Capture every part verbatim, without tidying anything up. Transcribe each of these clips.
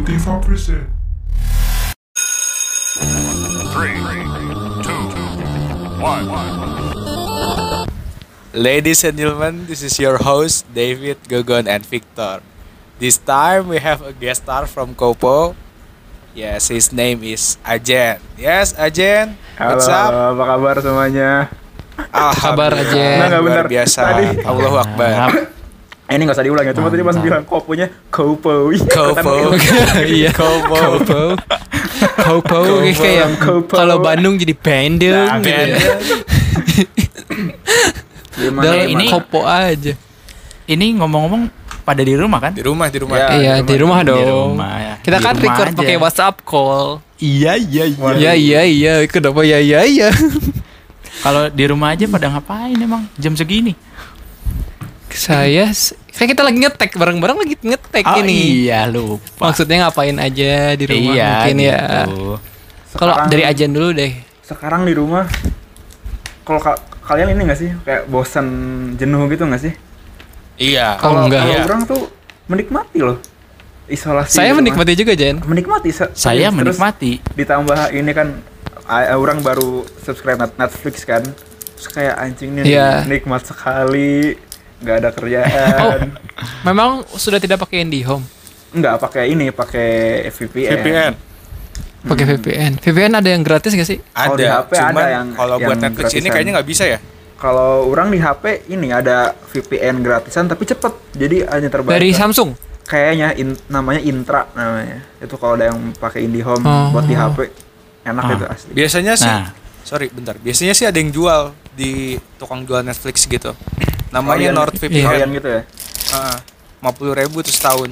twenty-five percent. Three, two, one. Ladies and gentlemen, this is your host David, Gogon, and Victor. This time we have a guest star from Kopo. Yes, his name is Ajen. Yes, Ajen. Halo, What's up? apa kabar semuanya? Kabar Ajen. Nah, nggak Luar benar. biasa. Tadi- Allahu Akbar. Eh, ini nggak usah diulang ya, cuma tadi pas bilang koponya Kopo. Kopo. Iya. Kopo. Kopo. Kopo kayak Kopo. kalau Bandung jadi Bandung Nah, gitu. Ben. ya. Gimana, Udah gimana? ini Kopo aja. Ini ngomong-ngomong pada di rumah kan? Di rumah, di rumah. Ya. Iya, di di rumah Di dong. rumah ya. Kita Di kan rumah record aja. pakai WhatsApp call. Iya iya iya. Waduh. Iya iya iya, kenapa ya iya iya. Kalau di rumah aja pada ngapain emang jam segini? Saya s- kayak kita lagi ngetek bareng-bareng lagi ngetek Oh ini. iya lupa. Maksudnya ngapain aja di rumah Iya, mungkin ya. gitu. Kalau Sekarang- dari Ajan dulu deh. Sekarang di rumah, kalau ka- kalian ini nggak sih kayak bosan, jenuh gitu nggak sih? Iya. Kalau Kalau enggak kalau ya. orang tuh menikmati loh isolasi. Saya di rumah. menikmati juga, Jan. Menikmati. se- Saya terus menikmati. Ditambah ini kan, a- orang baru subscribe net- Netflix kan, terus kayak anjingnya nih, Iya. nikmat sekali, nggak ada Oh, kerjaan. memang sudah tidak pakai IndiHome, Nggak pakai ini, pakai V P N. V P N. pakai V P N. V P N ada yang gratis gak sih? Kalau di Ada. H P ada Cuman yang- kalau buat yang Netflix ini gratisan. kayaknya nggak bisa ya. Kalau orang di H P ini ada V P N gratisan tapi cepet, jadi hanya terbatas. Dari Samsung. Kayaknya in- namanya Intra namanya. Itu kalau ada yang pakai IndiHome Oh. buat di H P enak Ah. itu asli. Biasanya sih, Nah. sorry bentar. Biasanya sih ada yang jual di tukang jual Netflix gitu. Namanya Kalian- NordVPN. Iya. Kalian gitu ya. lima puluh ribu tuh setahun.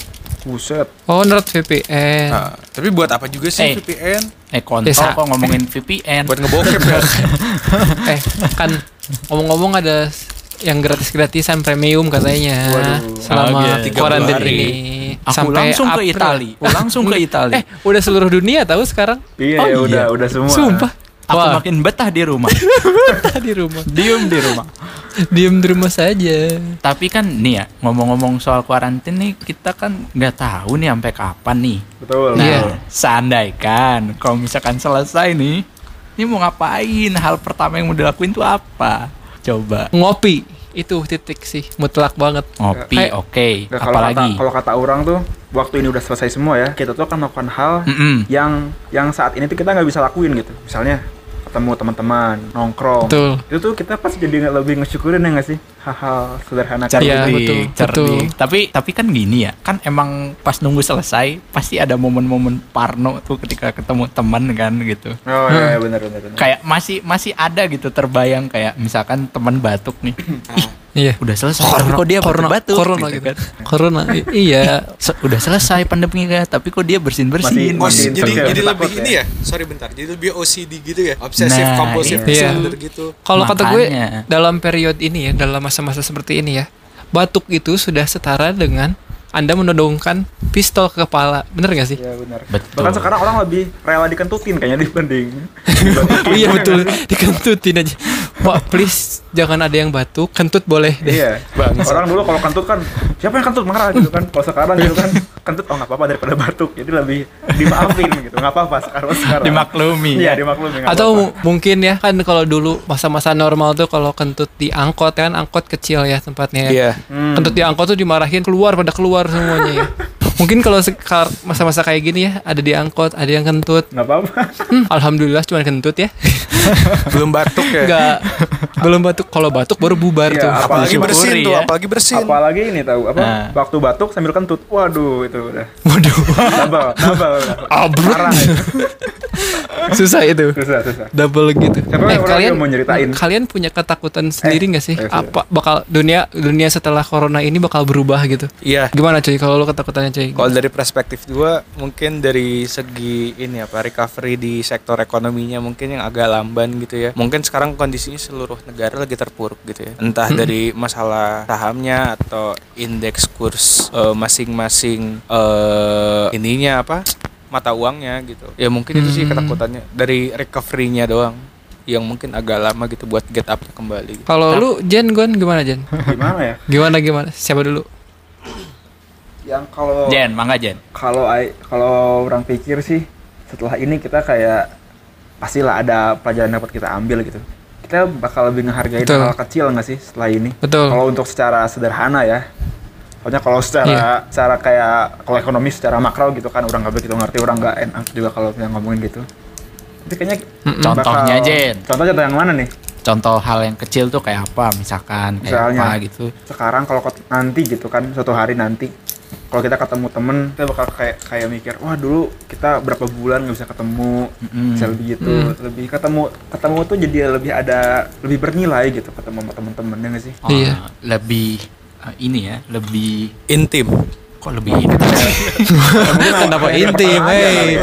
Buset. Oh, NordVPN. Nah, tapi buat apa juga sih Eh. V P N? Eh kontol Desa. kok ngomongin V P N. Buat ngebokep ya. eh, kan ngomong-ngomong ada s- yang gratis-gratisan premium katanya Waduh. selama Oh, gitu. quarantine tiga puluh hari. ini. Aku langsung ke April. Itali. Aku langsung ke Itali. Eh, udah seluruh dunia tahu sekarang. Iya, Oh, ya iya. udah udah semua. Sumpah. Aku Wah, makin betah di rumah. di rumah. Diem di rumah. Diem di rumah saja. Tapi kan nih ya, ngomong-ngomong soal kuarantin nih, kita kan nggak tahu nih sampai kapan nih. Betul. Nah, Iya. seandainya kalau misalkan selesai nih, ini mau ngapain? Hal pertama yang mau dilakuin tuh apa? Coba. Ngopi itu titik sih, mutlak banget. Ngopi, Kayak- oke. Nah, kalau kata Apalagi? kalau kata orang tuh waktu ini udah selesai semua ya, kita tuh akan melakukan hal Mm-mm. yang yang saat ini tuh kita nggak bisa lakuin gitu. Misalnya ketemu teman-teman, nongkrong. Betul. Itu tuh kita pasti jadi nggak lebih ngesyukurin ya nggak sih hal-hal sederhana kayak Iya, gitu. betul, cerdik. betul. Tapi tapi kan gini ya, kan emang pas nunggu selesai pasti ada momen-momen parno tuh ketika ketemu teman kan gitu. Oh iya, iya benar benar benar. Kayak masih masih ada gitu terbayang kayak misalkan teman batuk nih. Iya. Udah selesai. Corona, tapi kok dia corona, batuk corona gitu gitu. kan. Corona. I- iya. Se- udah selesai pandeminya tapi kok dia bersin-bersin. Oh, Masih- jadi insecure, jadi takut lebih ya. ini ya. Sorry bentar. Jadi lebih O C D gitu ya. Obsessive Nah, compulsive iya. disorder gitu. Kalau kata gue Makanya. dalam periode ini ya, dalam masa-masa seperti ini ya, batuk itu sudah setara dengan Anda menodongkan pistol ke kepala. Bener gak sih? Iya benar. Betul. Bahkan sekarang orang lebih rela dikentutin kayaknya dibanding. Oh iya betul, dikentutin aja. Pak, please jangan ada yang batuk, kentut boleh deh. Iya. Orang dulu kalau kentut kan siapa yang kentut marah gitu kan. Kalau sekarang gitu kan kentut oh nggak apa-apa daripada batuk. Jadi lebih dimaafin gitu. Nggak apa-apa sekarang sekarang. Dimaklumi. Iya, dimaklumi. nggak Atau apa-apa. mu- mungkin ya kan kalau dulu masa-masa normal tuh kalau kentut di angkot kan, angkot kecil ya tempatnya ya. Iya. Hmm. Kentut di angkot tuh dimarahin keluar pada keluar semuanya ya. Mungkin kalau sekar masa-masa kayak gini ya, ada di angkot, ada yang kentut. nggak apa-apa. Hmm, alhamdulillah cuma kentut ya. Belum batuk ya. Enggak belum batuk. Kalau batuk baru bubar Iya, tuh. apa- Apalagi Syukuri bersin tuh, ya. apalagi bersin. Apalagi ini tahu apa? Nah. Waktu batuk sambil kentut. Waduh, itu udah Waduh, double, double. Abruk. Parah. itu. susah itu. Susah, susah. Double gitu. Siapa yang orang yang mau nyeritain? Kalian punya ketakutan sendiri nggak sih? ayo, sudah. Apa bakal dunia dunia setelah corona ini bakal berubah gitu? Iya. Gimana cuy kalau lu ketakutannya cuy? Kalau dari perspektif gua mungkin dari segi ini apa recovery di sektor ekonominya mungkin yang agak lamban gitu ya. Mungkin sekarang kondisinya seluruh negara lagi terpuruk gitu ya. Entah dari masalah sahamnya atau indeks kurs eh, masing-masing eh, ininya apa? Mata uangnya gitu. Ya mungkin itu sih Hmm. ketakutannya dari recovery-nya doang yang mungkin agak lama gitu buat get up kembali gitu. Kalau lu Jen Gon gimana Jen? Gimana ya? Gimana gimana? Siapa dulu? Yang kalau Jen, mangga Jen. kalau ai- kalau orang pikir sih setelah ini kita kayak pastilah ada pelajaran dapat kita ambil gitu. Kita bakal lebih ngehargain Betul. hal kecil nggak sih setelah ini? Betul. Kalau untuk secara sederhana ya. Soalnya kalau secara Iya. secara kayak kalau ekonomi secara makro gitu kan orang nggak begitu ngerti, orang nggak enak juga kalau yang ngomongin gitu. Tapi kayaknya Mm-mm. Contohnya, bakal- Jen. Contoh contoh yang mana nih? Contoh hal yang kecil tuh kayak apa? Misalkan kayak Misalnya. apa gitu. Sekarang kalau ket- nanti gitu kan suatu hari nanti kalau kita ketemu temen kita bakal kayak kayak mikir wah dulu kita berapa bulan nggak bisa ketemu Mm-mm. bisa lebih gitu Mm. lebih ketemu ketemu tuh jadi lebih ada lebih bernilai gitu ketemu sama temen-temennya nggak sih? Oh, Iya. Lebih eh, ini ya, lebih Intim. kok lebih ini. Kenapa intim, hei?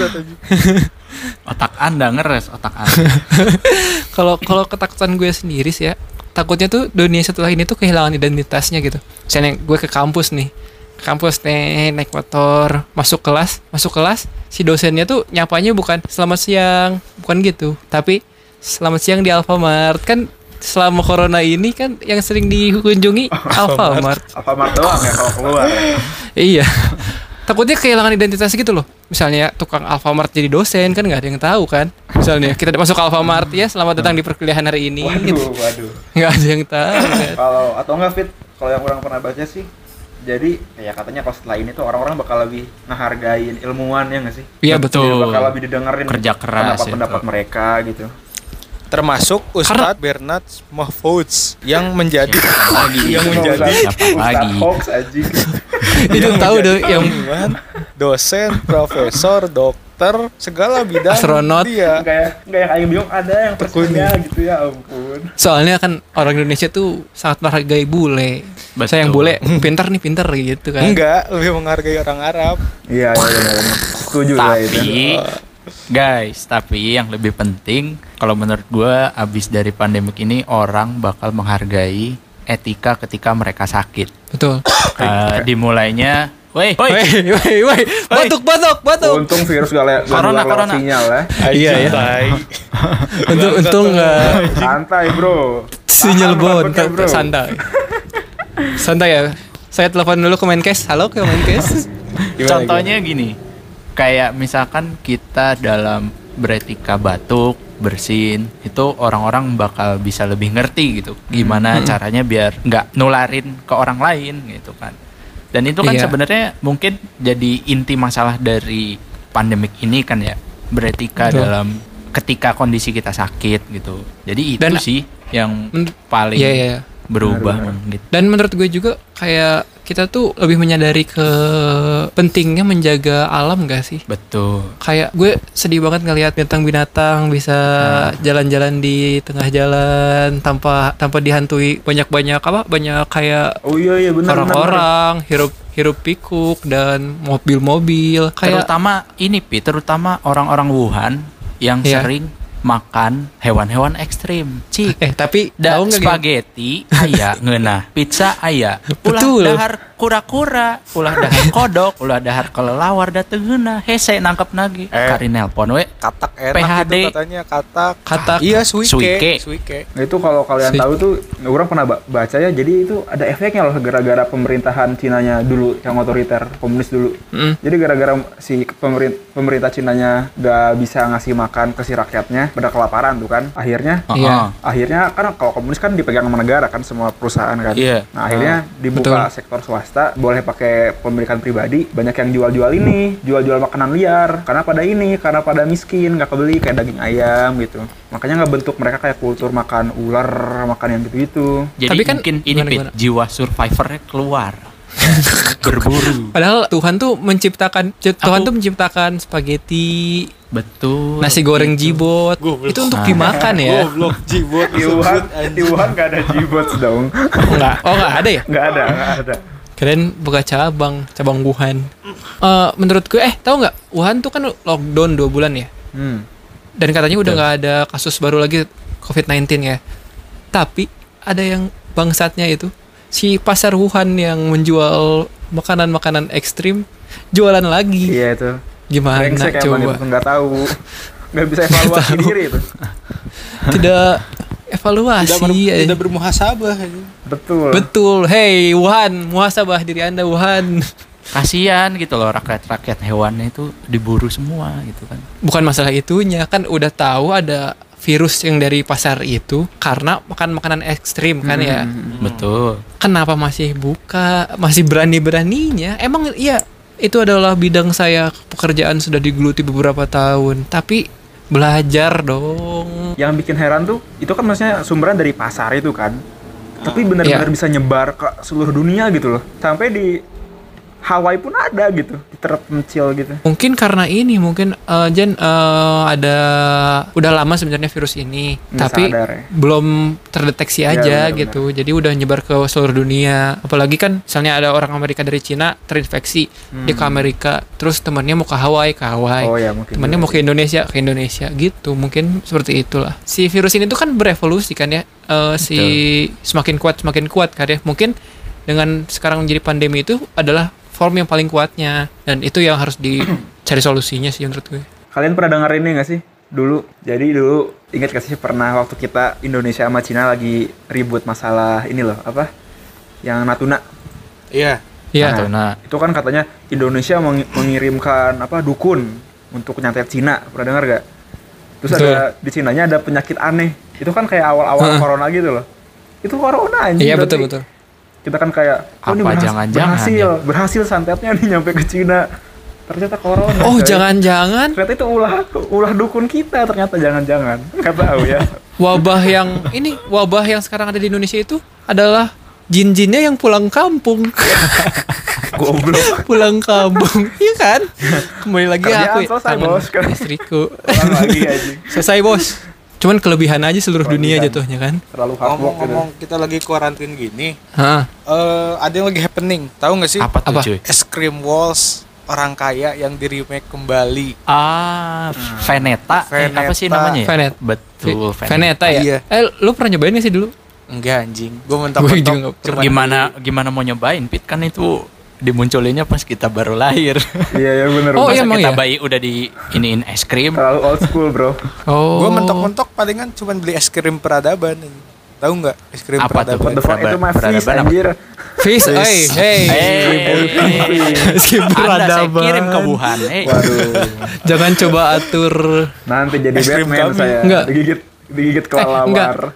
Otak Anda ngeres, otak Anda. Kalau kalau ketakutan gue sendiri sih ya, takutnya tuh dunia setelah ini tuh kehilangan identitasnya gitu. Misalnya gue ke kampus nih, ke kampus nih naik motor, masuk kelas, masuk kelas, si dosennya tuh nyapanya bukan selamat siang, bukan gitu, tapi selamat siang di Alfamart. Kan selama corona ini kan yang sering dikunjungi Alfamart. Alfamart doang ya kalau keluar. Iya. Takutnya kehilangan identitas gitu loh. Misalnya tukang Alfamart jadi dosen kan nggak ada yang tahu kan. Misalnya kita masuk Alfamart ya selamat datang di perkuliahan hari ini. Gitu. Waduh, waduh. Nggak ada yang tahu kan. Kalau atau enggak Fit, kalau yang orang pernah baca sih, jadi ya katanya kalau setelah ini tuh orang-orang bakal lebih ngehargain ilmuwan ya nggak sih? Iya betul. Bakal lebih didengerin Kerja keras pendapat-pendapat itu. mereka gitu. Termasuk Ustadz Bernard Mahfudz yang menjadi Siapa lagi? yang Itu menjadi Siapa Ustadz lagi? hoax aja. Itu tahu dong yang ilmuwan, dosen, profesor, dokter, segala bidang Astronot. dia. Kayak kayak yang Aing bingung ada yang Tekuni. percaya gitu ya ampun. soalnya kan orang Indonesia tuh sangat menghargai bule. Betul. Saya yang bule pintar nih pintar gitu kan. Enggak, lebih menghargai orang Arab. Iya, iya benar. Setuju lah itu. Tapi guys, tapi yang lebih penting kalau menurut gua abis dari pandemik ini orang bakal menghargai etika ketika mereka sakit. Betul. Eh, dimulainya, woi, Woi, woi, woi, batuk, batuk, batuk. Untung virus gak le- gak Corona, nular lewat corona. sinyal ya. Iya, ya. Tai. Untung, untung nggak Santai, Bro. sinyal Tahan bon, batuknya, Bro. santai. Santai ya. Saya telepon dulu ke Menkes. Halo ke Menkes. Gimana, Contohnya gini, kayak misalkan kita dalam beretika batuk, bersin, itu orang-orang bakal bisa lebih ngerti gitu, gimana caranya biar nggak nularin ke orang lain gitu kan. Dan itu kan Iya. sebenarnya mungkin jadi inti masalah dari pandemik ini kan ya, beretika Betul. dalam ketika kondisi kita sakit gitu. Jadi itu Dan- sih yang Men- paling Iya, iya. berubah Benar-benar. gitu. Dan menurut gue juga kayak kita tuh lebih menyadari ke pentingnya menjaga alam gak sih? Betul. Kayak gue sedih banget ngelihat binatang-binatang bisa jalan-jalan di tengah jalan tanpa tanpa dihantui banyak-banyak apa? Banyak kayak Oh iya iya benar benar. orang-orang, hirup hirup pikuk dan mobil-mobil. Kayak Terutama ini Pi, terutama orang-orang Wuhan yang Iya. sering makan hewan-hewan ekstrim. Cik. eh tapi Da tahu nggak gimana? spaghetti aya ngeunah, pizza aya. Ulah Betul. dahar kura-kura, ulah dahar kodok, ulah dahar kelelawar da teu ngeunah. Hese nangkep nage. Eh. Kari nelpon we. Katak enak P H D. itu katanya katak. Katak. Iya, suike. Suike. Suike. Nah, itu kalau kalian Si- tahu tuh, orang pernah ba- baca ya, jadi itu ada efeknya loh gara-gara pemerintahan Cinanya dulu yang otoriter, komunis dulu. Mm. Jadi gara-gara si pemerin- pemerintah Cinanya gak bisa ngasih makan ke si rakyatnya, pada kelaparan tuh kan. Akhirnya Iya. akhirnya kan kalau komunis kan dipegang sama negara kan semua perusahaan kan. Iya. Nah, akhirnya dibuka Betul. sektor swasta, boleh pakai pemilikan pribadi, banyak yang jual-jual ini, jual-jual makanan liar. Karena pada ini, karena pada miskin, nggak kebeli kayak daging ayam gitu. Makanya nggak bentuk mereka kayak kultur makan ular, makan yang gitu-gitu. Jadi Tapi kan- mungkin ini gimana, Pi, gimana? jiwa survivornya keluar. Berburu. Padahal Tuhan tuh menciptakan Tuhan tuh menciptakan spaghetti, Betul. nasi goreng Gitu. jibot. Goblok. Itu untuk dimakan ya. Goblok jibot Di Wuhan, di Wuhan nggak ada jibots dong. Enggak. Oh, enggak ada ya? Nggak ada, nggak ada. Keren buka cabang, cabang Wuhan. Eh menurut gue eh tahu nggak? Wuhan tuh kan lockdown dua bulan ya. Hmm. Dan katanya udah nggak ada kasus baru lagi covid sembilan belas ya. Tapi ada yang bangsatnya itu si pasar Wuhan yang menjual makanan-makanan ekstrim jualan lagi. Iya itu. Gimana Brengsek emang coba? itu, nggak tahu. Nggak bisa evaluasi tahu. diri itu. Tidak evaluasi. tidak, ber, ya. tidak bermuhasabah. Betul. Betul. Hey Wuhan, muhasabah diri Anda Wuhan. kasihan gitu loh rakyat-rakyat hewannya itu diburu semua gitu kan. Bukan masalah itunya, kan udah tahu ada virus yang dari pasar itu karena makan makanan ekstrim kan ya. Betul. Kenapa masih buka, masih berani-beraninya? Emang iya itu adalah bidang saya, pekerjaan sudah digeluti beberapa tahun, tapi belajar dong. Yang bikin heran tuh, itu kan maksudnya sumbernya dari pasar itu kan. Tapi benar-benar Iya. bisa nyebar ke seluruh dunia gitu loh. Sampai di Hawaii pun ada gitu, terpencil gitu. Mungkin karena ini, mungkin eh, Jen eh, ada udah lama sebenarnya virus ini, Nggak tapi sadar ya. belum terdeteksi Iya, aja benar-benar. gitu. Jadi udah nyebar ke seluruh dunia. Apalagi kan misalnya ada orang Amerika dari Cina terinfeksi, dia ke Amerika, terus temannya mau ke Hawaii, ke Hawaii. Hmm. Oh ya mungkin. Temannya mau ke Indonesia, ke Indonesia gitu. Mungkin seperti itulah. Si virus ini tuh kan berevolusi kan ya. Eh, si semakin kuat semakin kuat kan ya. Mungkin dengan sekarang menjadi pandemi itu adalah form yang paling kuatnya, dan itu yang harus dicari solusinya sih menurut gue. Kalian pernah dengar ini nggak sih? Dulu, jadi dulu ingat gak sih pernah waktu kita Indonesia sama Cina lagi ribut masalah ini loh, apa? Yang Natuna. Iya. Iya. Natuna. Itu kan katanya Indonesia meng- mengirimkan apa dukun untuk nyantet Cina. Pernah dengar gak? Terus Betul. ada di Cinanya ada penyakit aneh. Itu kan kayak awal-awal Hah. corona gitu loh. Itu corona anjing. Iya berarti. betul betul. Kita kan kayak, oh ini Apa berhas- jangan-jangan berhasil, ya? berhasil santetnya nih nyampe ke Cina. Ternyata corona. Oh coy. jangan-jangan Ternyata itu ulah ulah dukun kita, ternyata jangan-jangan. Nggak tahu ya. wabah yang ini wabah yang sekarang ada di Indonesia itu adalah jin-jinnya yang pulang kampung. Goblok. Pulang kampung, iya kan? Kembali lagi Kerjaan aku ya, selesai, tangan bos. istriku. Ulang lagi anjing. Selesai bos. Cuman kelebihan aja seluruh dunia Kelebihan. jatuhnya kan. Terlalu hard work gitu. Ngomong-ngomong kita lagi kuarantin gini, Hah. eh ada yang lagi happening. Tahu nggak sih? Apa tuh Apa? cuy? Es krim Walls orang kaya yang di remake kembali. Ah, Veneta. Eh, apa sih Veneta. namanya ya? Venet- Betul, Veneta ya? Iya. Eh, lu pernah nyobain gak sih dulu? Enggak anjing. Gue Gua juga mentok-mentok. nggak cuman Gimana gimana mau nyobain Pit, kan itu dimunculinnya pas kita baru lahir. Iya, iya bener. Oh, Masa iya, emang kita ya? bayi udah di iniin es krim. Terlalu old school, bro. Oh. Gue mentok-mentok palingan cuman beli es krim peradaban. anjing. Tahu nggak es krim Apa tuh? What peradaban? the fuck, itu mah Peradaban fish, apa? anjir. Fish, hey, hey. Meskipun Anda saya peradaban. kirim ke Wuhan. Eh, Waduh. Jangan coba atur. Nanti jadi Es krim Batman kami. saya. Enggak. Digigit digigit Eh, enggak. kelelawar.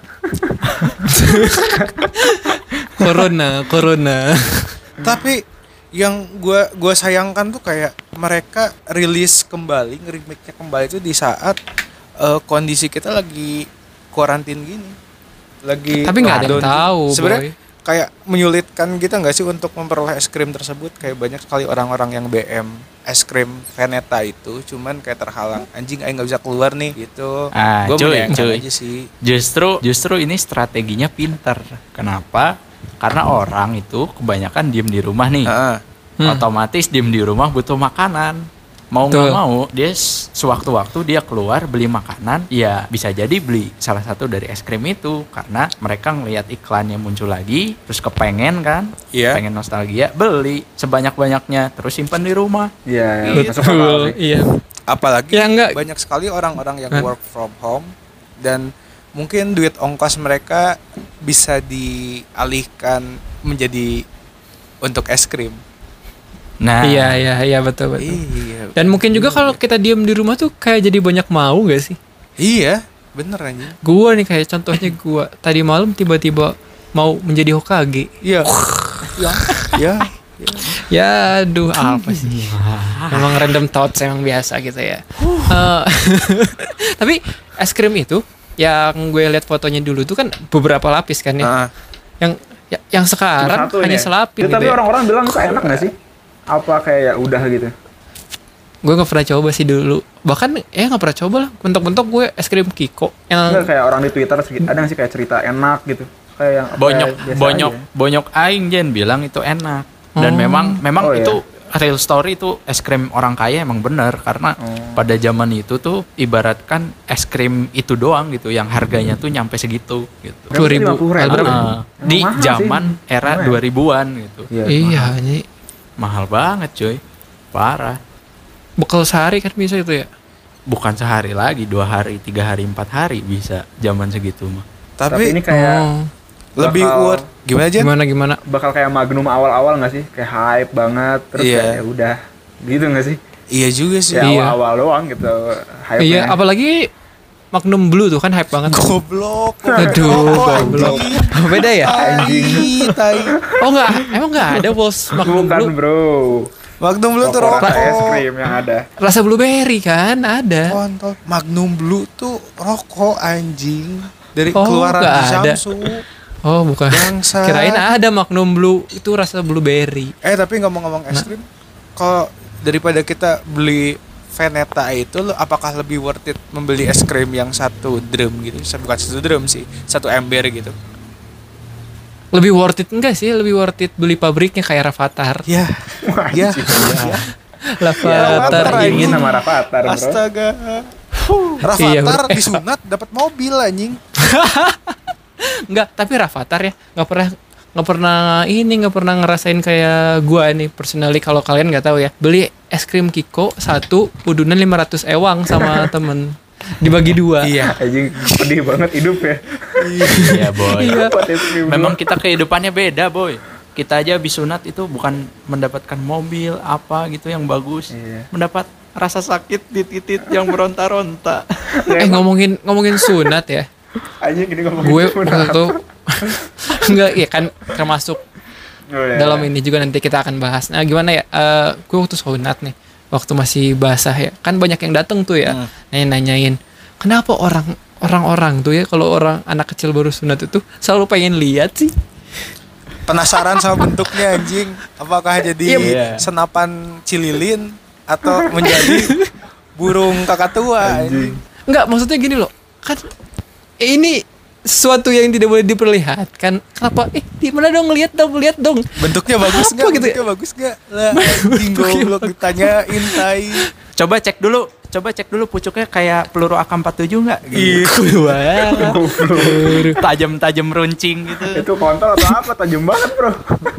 Corona, corona. Tapi yang gua gua sayangkan tuh kayak mereka rilis kembali, nge-remake-nya kembali itu di saat eh, kondisi kita lagi kuarantin gini. Lagi Tapi nggak ada yang lockdown tahu, gini. Sebenarnya Boy. kayak menyulitkan kita nggak sih untuk memperoleh es krim tersebut? Kayak banyak sekali orang-orang yang B M es krim Veneta itu cuman kayak terhalang. Anjing aing nggak bisa keluar nih gitu. Ah, Gua cuy, menyayangkan cuy. aja sih. Justru justru ini strateginya pinter. Kenapa? Karena orang itu kebanyakan diem di rumah nih. Heeh. Hmm. Otomatis diem di rumah butuh makanan. Mau nggak Betul. mau dia s- sewaktu-waktu dia keluar beli makanan, ya bisa jadi beli salah satu dari es krim itu karena mereka ngelihat iklannya muncul lagi, terus kepengen kan, Iya. pengen nostalgia, beli sebanyak-banyaknya, terus simpan di rumah. Iya, Iya. masuk akal Betul, sih. iya. Apalagi Ya, enggak. banyak sekali orang-orang yang Hah? work from home dan mungkin duit ongkos mereka bisa dialihkan menjadi untuk es krim. Nah, Iya, iya, iya betul betul. Iya. Dan mungkin juga kalau kita diem di rumah tuh kayak jadi banyak mau gak sih? Iya, bener anjing. Gua nih kayak contohnya gua tadi malam tiba-tiba mau menjadi Hokage. Iya. Ya. Ya. Ya, aduh apa sih? Memang random thoughts emang biasa gitu ya. Eh, tapi es krim itu yang gue lihat fotonya dulu tuh kan beberapa lapis kan ya. Nah, Yang ya, yang sekarang Satu hanya ini ya. selapis Ya, gitu tapi ya. orang-orang bilang itu enak gak sih? Apa kayak ya udah gitu? Gue nggak pernah coba sih dulu. Bahkan ya nggak pernah coba lah. Mentok-mentok gue es krim Kiko yang Enggak kayak orang di Twitter sedikit- ada nggak sih kayak cerita enak gitu? Kayak yang apa, bonyok kayak biasa bonyok aja. bonyok aing Jen bilang itu enak. Dan Oh. memang memang Oh, iya. itu real story itu es krim orang kaya emang bener karena Oh. pada zaman itu tuh ibaratkan es krim itu doang gitu yang harganya tuh nyampe segitu gitu. Berapa dua sih? ribu. lima puluh ribu. Berapa? Heeh. Emang Di mahal sih. zaman era Lumayan. dua ribuan gitu. Iya. iya, mahal. ini Mahal banget cuy. Parah. bekal sehari kan bisa itu ya. Bukan sehari lagi, dua hari, tiga hari, empat hari bisa zaman segitu mah. Tapi tapi ini kayak Oh. Lebih bakal- worth gimana aja? Gimana gimana? bakal kayak Magnum awal-awal nggak sih? Kayak hype banget terus Iya. kayak ya udah gitu nggak sih? Iya juga sih. Ya Iya. awal-awal doang gitu hype-nya. Iya, apalagi Magnum Blue tuh kan hype banget. Goblok. Aduh, goblok. Beda ya? Anjing. Tai. Oh enggak, emang enggak ada Pulse Magnum Bukan Blue. bro. Magnum Blue tuh Rokok rokok. rasa es krim yang ada. Rasa blueberry kan ada. Kontol. Magnum Blue tuh rokok anjing. Dari Oh, keluaran nggak di ada. Samsu. Oh, bukan. Bangsa. Kirain ada Magnum Blue itu rasa blueberry. Eh tapi ngomong-ngomong es krim, kalau daripada kita beli Veneta itu, lo apakah lebih worth it membeli es krim yang satu drum gitu? Bukan satu drum sih, satu ember gitu. Lebih worth it enggak sih? Lebih worth it beli pabriknya kayak Rafathar. Ya, ya, ya. Rafathar Rafathar ingin Ini nama Rafathar bro. Astaga. Iya, Rafathar bro. disunat dapat mobil anjing. enggak, tapi Rafathar ya nggak pernah nggak pernah ini nggak pernah ngerasain kayak gua nih personally. Kalau kalian nggak tahu ya, beli es krim Kiko satu udunan lima ratus ewang sama temen dibagi dua. Iya. Anjing pedih banget hidup ya. Iya boy. Iya. Buat es krim Memang doang. kita kehidupannya beda boy. Kita aja habis sunat itu bukan mendapatkan mobil apa gitu yang bagus, Iya. mendapat rasa sakit di titik yang beronta-ronta. Eh ngomongin ngomongin sunat ya, Anjing gini ngomong gue gitu, waktu udah. itu enggak ya kan termasuk Oh, iya. dalam ini juga nanti kita akan bahas. Nah gimana ya, eh, gue waktu sunat nih, waktu masih basah ya, kan banyak yang datang tuh ya, Hmm. nanya-nanyain kenapa orang orang-orang tuh ya kalau orang anak kecil baru sunat itu selalu pengen lihat sih. Penasaran sama bentuknya anjing. Apakah jadi Iya. senapan cililin atau menjadi burung kakatua anjing. Enggak, maksudnya gini loh, kan eh, ini sesuatu yang tidak boleh diperlihatkan. Kenapa? Eh, di mana dong? Lihat dong, lihat dong. Bentuknya bagus Apa nggak? gitu ya? Bentuknya bagus nggak? Lah, anjing goblok ditanyain tai. Coba cek dulu, coba cek dulu pucuknya kayak peluru A K empat puluh tujuh nggak? Iya. Tajam-tajam runcing gitu. Itu kontol atau apa? Tajam banget bro.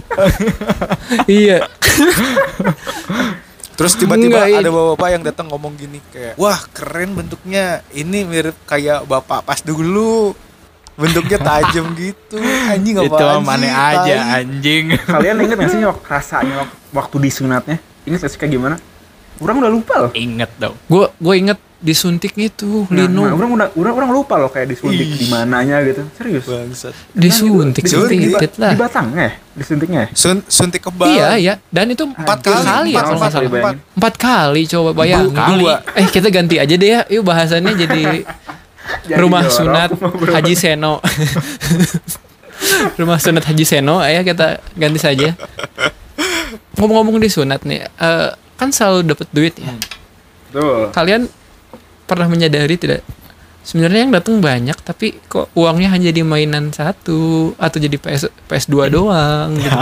Iya. Terus tiba-tiba Enggak, iya. ada bapak-bapak yang datang ngomong gini kayak, wah keren bentuknya, ini mirip kayak bapak pas dulu, bentuknya tajam gitu, anjing apa Itu mana aja anjing. Kalian inget gak sih wak- rasanya wak- waktu disunatnya? Ingat gak sih kayak gimana? Orang udah lupa loh. Ingat dong. Gue gue inget disuntiknya itu Nah, lino. nah, orang udah orang, orang lupa loh kayak disuntik Ih. di mananya gitu. Serius. Bangsat. Disuntik Disuntik di, ba- suntik lah. di batangnya, disuntiknya. Sun, suntik kebal. Iya, iya. Dan itu Empat empat kali, kali ya empat, kalau nggak empat, salah. empat. Empat kali coba bayangin. Dua. Eh kita ganti aja deh ya. Yuk bahasannya jadi Jadi rumah jorok, sunat bro. Haji Seno. Rumah sunat Haji Seno. Ayo kita ganti saja. Ngomong-ngomong di sunat nih, eh, kan selalu dapat duit ya. Tuh. Kalian pernah menyadari tidak? Sebenarnya yang datang banyak, tapi kok uangnya hanya jadi mainan satu atau jadi P S P S dua doang. Gitu.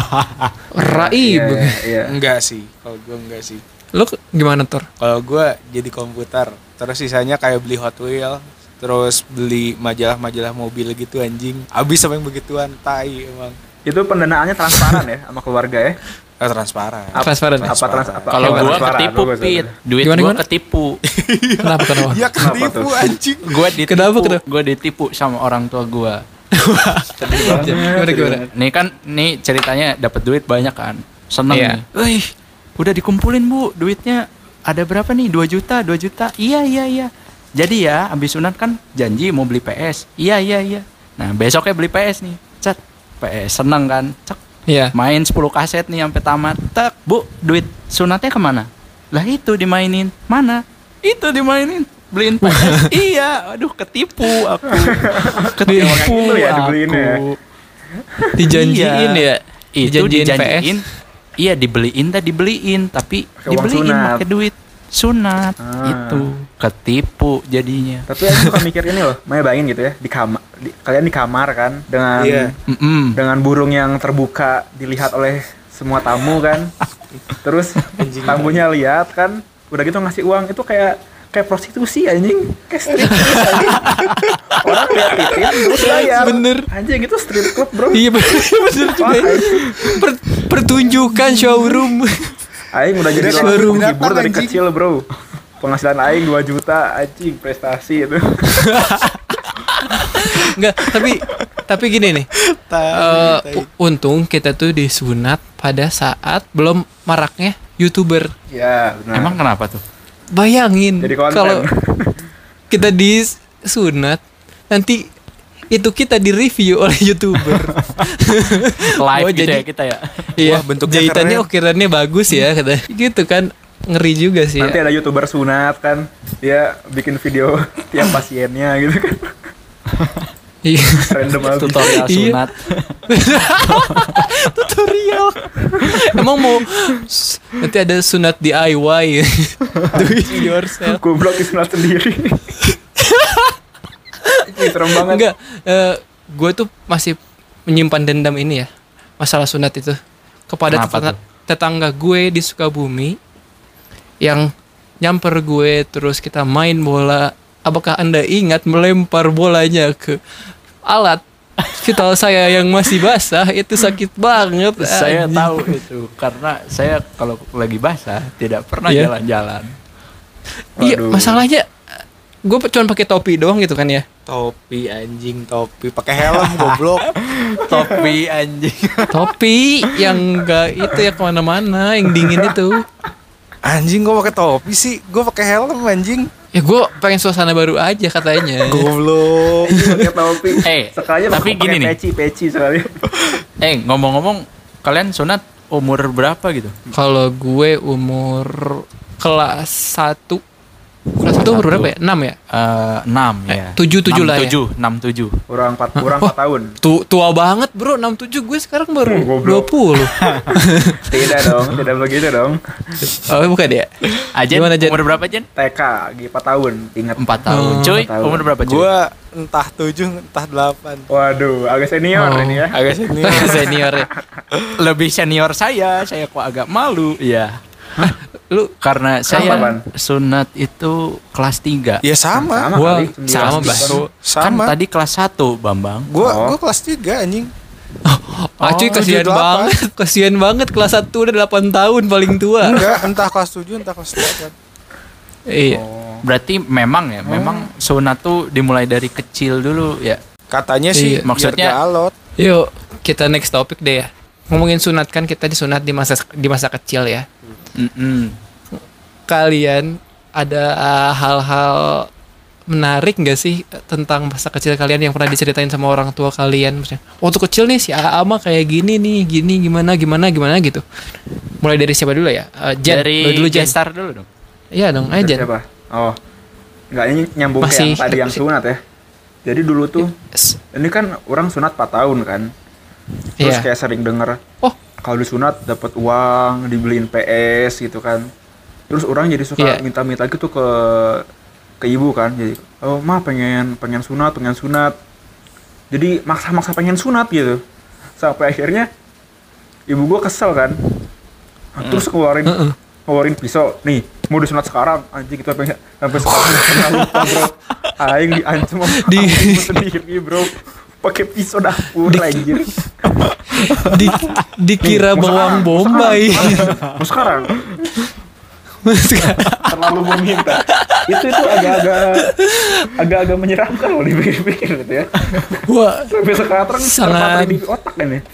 Raib. Iya, iya, iya. Enggak sih, kalau gue enggak sih. Lo ke- gimana Tor? Kalau gue jadi komputer, terus sisanya kayak beli Hot Wheel, terus beli majalah-majalah mobil gitu anjing. Abis sama yang begituan, tai emang. Itu pendanaannya transparan ya sama keluarga ya. Eh, transparan. Apa- Transparan. Apa trans apa? Kalau apa gua transparan? ketipu Bagus, Pit, bagus. duit Gimana, gua gimana? ketipu. Kenapa kenapa? Ya Kenapa ketipu tuh? anjing. Gua ditipu. Kenapa, kenapa? Gua ditipu sama orang tua gua. Sedih banget. Gimana, gimana? Nih kan nih ceritanya dapat duit banyak kan. Seneng Iya. nih. Wih, udah dikumpulin Bu, duitnya ada berapa nih? dua juta, dua juta. Iya, iya, iya. Jadi ya, abis sunat kan janji mau beli P S. Iya, iya, iya. Nah, besoknya beli P S nih. Cet, P S seneng kan? Cek, Iya. main sepuluh kaset nih sampai tamat. Tek, Bu, duit sunatnya kemana? Lah itu dimainin. Mana? Itu dimainin. Beliin P S. Iya, aduh ketipu aku. Ketipu Itu ya dibeliin ya? aku. Dijanjiin Iya. ya. Itu Dijanjiin P S. dijanjiin. Iya, dibeliin tadi dibeliin, tapi Pakai uang dibeliin sunat. pakai duit sunat. Ah. Itu ketipu jadinya. Tapi aku suka mikir ini loh, Maya bayangin gitu ya, di kamar, di- kalian di kamar kan dengan Iya. Mm-mm. dengan burung yang terbuka dilihat oleh semua tamu kan. Terus tamunya lihat kan, udah gitu ngasih uang itu kayak kayak prostitusi anjing, kayak strip club anjing. Orang lihat titik terus bayar. Bener. Anjing itu strip club, Bro. Iya bener, bener juga. Wah, anjing. Per- pertunjukan showroom. Aing udah jadi Binatang, orang binatang, hibur dari anjing. kecil, Bro. Penghasilan aing dua juta anjing, prestasi itu. Enggak, tapi Tapi gini nih. eh, u- untung kita tuh disunat pada saat belum maraknya YouTuber. Ya, benar. Emang kenapa tuh? Bayangin Jadi konten. kalau kita disunat nanti itu kita di-review oleh YouTuber. Live Oh, gitu jadi- ya kita ya. Iya, Wah, bentuknya jahitannya keren. ukirannya bagus ya kata. Gitu kan. Ngeri juga sih Nanti ya. ada YouTuber sunat kan, dia bikin video tiap pasiennya gitu kan. Iya. Random abis. Tutorial Iya. sunat. Tutorial. Emang mau s- nanti ada sunat D I Y. Do it yourself. Goblok disunat sendiri. Ini serem banget. Enggak, gue tuh masih menyimpan dendam ini ya, masalah sunat itu kepada Kenapa tetangga, tuh? tetangga gue di Sukabumi yang nyamper gue terus kita main bola. Apakah Anda ingat melempar bolanya ke alat vital saya yang masih basah? Itu sakit banget. Saya anjing. tahu itu karena saya kalau lagi basah tidak pernah Iya. jalan-jalan. Iya, Waduh. masalahnya gue cuma pakai topi doang gitu kan ya. Topi anjing, topi pakai helm goblok. Topi anjing. Topi yang enggak itu ya kemana-mana, yang dingin itu. Anjing gua pakai topi sih, gua pakai helm anjing. Ya gue pengen suasana baru aja katanya. Goblok. Ini pakai topi. Eh, sekali tapi gini nih. Peci, peci sekali. Eh, ngomong-ngomong, kalian sunat umur berapa gitu? Kalau gue umur kelas satu, kelas satu umur berapa ya? enam ya? Eh, enam ya. tujuh, tujuh lah ya. tujuh, enam tujuh. Kurang empat, kurang empat tahun. Tu, tua banget bro, enam tujuh. Gue sekarang baru Hmm, goblok. dua puluh. Tidak dong, tidak begitu dong. Oh bukan ya? Ajen, Gimana, Jen? umur berapa Jen? T K, lagi empat tahun. Ingat. Empat tahun. Oh, Cuy, empat tahun. umur berapa cuy? Gua entah tujuh, entah delapan. Waduh, agak senior Oh. ini ya. Agak senior. Senior ya. Lebih senior saya, saya kok agak malu. Iya. Lu Karena saya Kapan? sunat itu kelas tiga. Ya sama. Sama Gua kali. sama, sembilan. Bang. Sama. Kan tadi kelas satu, Bambang. Gua Oh. gua kelas tiga anjing. ah cuy Oh, kasihan tujuh, delapan. banget. Kasihan banget kelas satu udah delapan tahun paling tua. Enggak, entah kelas tujuh, entah kelas delapan. Iya. Oh. Berarti memang ya, memang sunat tuh dimulai dari kecil dulu ya. Katanya sih Iya. Maksudnya- biar gak alot. Yuk, kita next topic deh ya. Ngomongin sunat kan kita disunat di masa di masa kecil ya. Mm-mm. Kalian ada uh, hal-hal menarik nggak sih tentang masa kecil kalian yang pernah diceritain sama orang tua kalian? Maksudnya, waktu kecil nih si A A mah kayak gini nih, gini gimana gimana gimana gitu. Mulai dari siapa dulu ya? Uh, Jen, Dari lu dulu Jen. gestar dulu dong. Iya dong, ayo Dari Jen. siapa? Oh. Enggak, ini nyambung ke Masih- yang tadi yang sunat ya. Jadi dulu tuh, S- ini kan orang sunat empat tahun kan. Terus Iya. kayak sering denger, Oh, kalau disunat dapat uang, dibeliin P S gitu kan. Terus orang jadi suka Iya. minta-minta gitu ke ke ibu kan. Jadi, oh mah pengen pengen sunat, pengen sunat. Jadi maksa-maksa pengen sunat gitu. Sampai akhirnya ibu gua kesel kan. Terus keluarin Heeh. ngeluarin pisau. Nih, mau disunat sekarang. Anjing kita pengen sampai sekarang pernah lupa, Bro. Aing diancam sama Di- ibu sendiri, Bro. Pakai pisau dapur anjir. di, dikira Mau bawang sekarang, bombay. Mau sekarang. Terlalu meminta. Itu itu agak-agak agak-agak menyeramkan loh dipikir-pikir gitu ya. Wah, Sampai sekarang Sangat. terpatri di otak kan ya.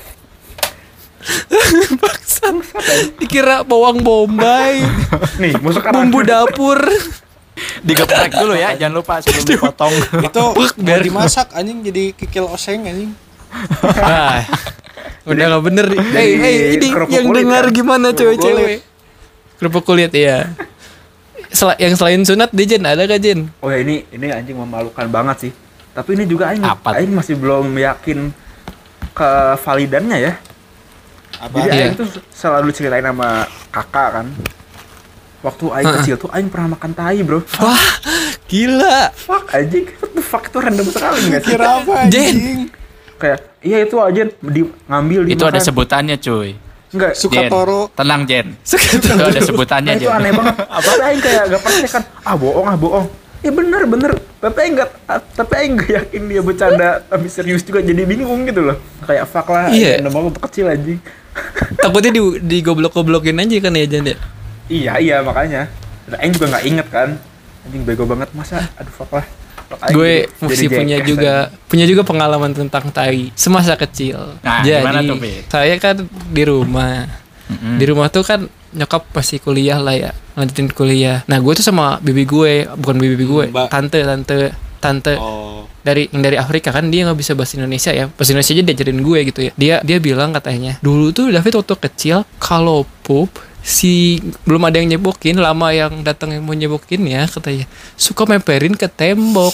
dikira bawang bombay, Nih, mau sekarang. bumbu dapur. Digeprek dulu ya, jangan lupa sebelum dipotong. Itu biar- biar dimasak anjing jadi kikil oseng anjing. Ah, udah nggak bener. Hei, Jadi hei, ini kerupuk yang kulit dengar kan? gimana Kerupuk cewek-cewek? Kerupuk kulit ya. Sel- yang selain sunat di Jen ada gak Jen? Oh ya ini ini anjing memalukan banget sih. Tapi ini juga aing Apa tuh? aing masih belum yakin kevalidannya ya. Apa? Jadi Iya. aing tuh selalu ceritain sama kakak kan. Waktu aing Heeh. kecil tuh aing pernah makan tai, Bro. Wah, gila. Fuck anjing. What the fuck itu random sekali enggak sih? Kira apa Jen. anjing? Kayak iya itu aja di ngambil di Itu ada sebutannya cuy. Enggak. Suka Jen, toro. tenang Jen. Suka Itu ada sebutannya Nah, itu Jen. aneh banget. Tapi aing kayak gak percaya kan. Ah bohong ah bohong. Ya bener bener. Tapi aing gak, tapi aing gak yakin dia bercanda tapi serius juga jadi bingung gitu loh. Kayak fuck lah. Iya. Random banget untuk kecil anjing. Takutnya di digoblok-goblokin aja kan ya Jen ya. Iya iya makanya. Dan aing juga gak inget kan. Anjing bego banget masa. Aduh fuck lah. gue Jadi- mesti jadi punya jackass juga punya juga pengalaman tentang tai semasa kecil. Nah, Jadi gimana tuh, Fit? saya kan di rumah. Mm-mm. Di rumah tuh kan nyokap pasti kuliah lah ya, lanjutin kuliah. Nah, gue tuh sama bibi gue, bukan bibi gue, Mbak. tante, tante, tante Oh. dari yang dari Afrika kan dia nggak bisa bahasa Indonesia ya. Bahasa Indonesia aja diajarin gue gitu ya. Dia dia bilang katanya, dulu tuh David waktu kecil kalau pup si belum ada yang nyebokin, lama yang datang yang mau nyebokin ya katanya suka memperin ke tembok.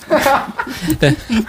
Nah,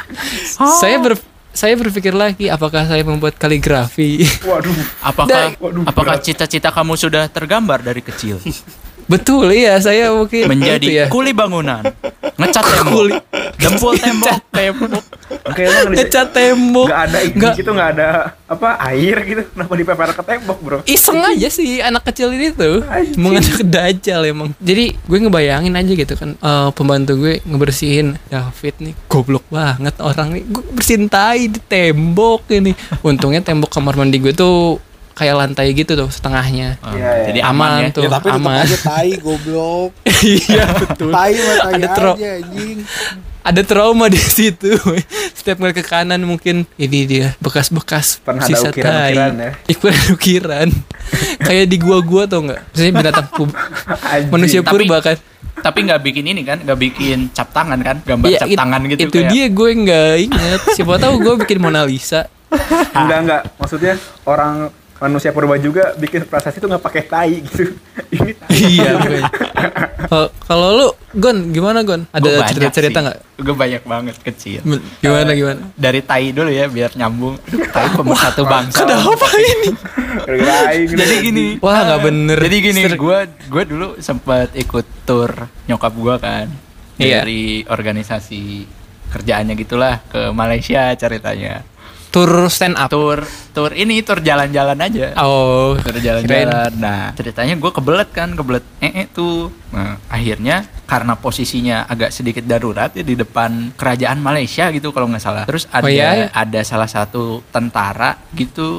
Saya ber saya berpikir lagi apakah saya membuat kaligrafi. Waduh. Apakah Waduh, apakah berat. cita-cita kamu sudah tergambar dari kecil? Betul iya, saya mungkin Menjadi itu ya. kuli bangunan, ngecat tembok, Kuli. dempul tembok, Ngecat tembok. Oke, emang di- Ngecat tembok. nggak ada Nggak- gitu, nggak ada apa air gitu. Kenapa dipeper ke tembok, bro? Iseng aja sih anak kecil ini tuh Anjing. menganak dajal emang. Jadi gue ngebayangin aja gitu kan, eh, pembantu gue ngebersihin David nih goblok banget orang nih, gue bersihin tai di tembok ini. Untungnya tembok kamar mandi gue tuh kayak lantai gitu tuh setengahnya. Ah, Iya, iya. jadi aman, Aman ya. tuh. Ya tapi tetap aman. aja tai goblok. Iya betul. Tai mah tai Ada tro- aja anjing. Ada trauma di situ. Setiap ngeliat ke kanan mungkin ini dia bekas-bekas Pernah ada sisa ukiran-ukiran tai. ya? Ukiran ukiran. Kayak di gua-gua tau nggak? Maksudnya binatang pub, Anjing. manusia Tapi- purba kan. Tapi nggak bikin ini kan, nggak bikin cap tangan kan, gambar Iya, cap it- tangan gitu. Itu kayak- dia gue nggak inget. Siapa tahu gue bikin Mona Lisa. Enggak, enggak. Maksudnya orang manusia purba juga bikin prasasti tuh nggak pakai tai gitu. Ini tai. Iya. makanya. Kalau- Kalau lu Gon gimana Gon? Gua Ada banyak cerita-cerita sih. nggak? Gue banyak banget kecil. Men- Gimana gimana? Dari tai dulu ya biar nyambung. Aduh, tai pemersatu bangsa. Kenapa ini? Gara-gara aing gitu. Jadi gini. Wah, nggak bener. Jadi gini, Ser- gue gue dulu sempat ikut tour nyokap gue kan Iya. dari organisasi kerjaannya gitulah ke Malaysia ceritanya. Tur stand up. Tour tour ini tour jalan-jalan aja. Oh, Tour jalan-jalan. Nah, ceritanya gue kebelet kan, kebelet ee tuh. Nah, akhirnya karena posisinya agak sedikit darurat ya di depan kerajaan Malaysia gitu kalau nggak salah. Terus ada Oh, iya, iya. ada salah satu tentara gitu,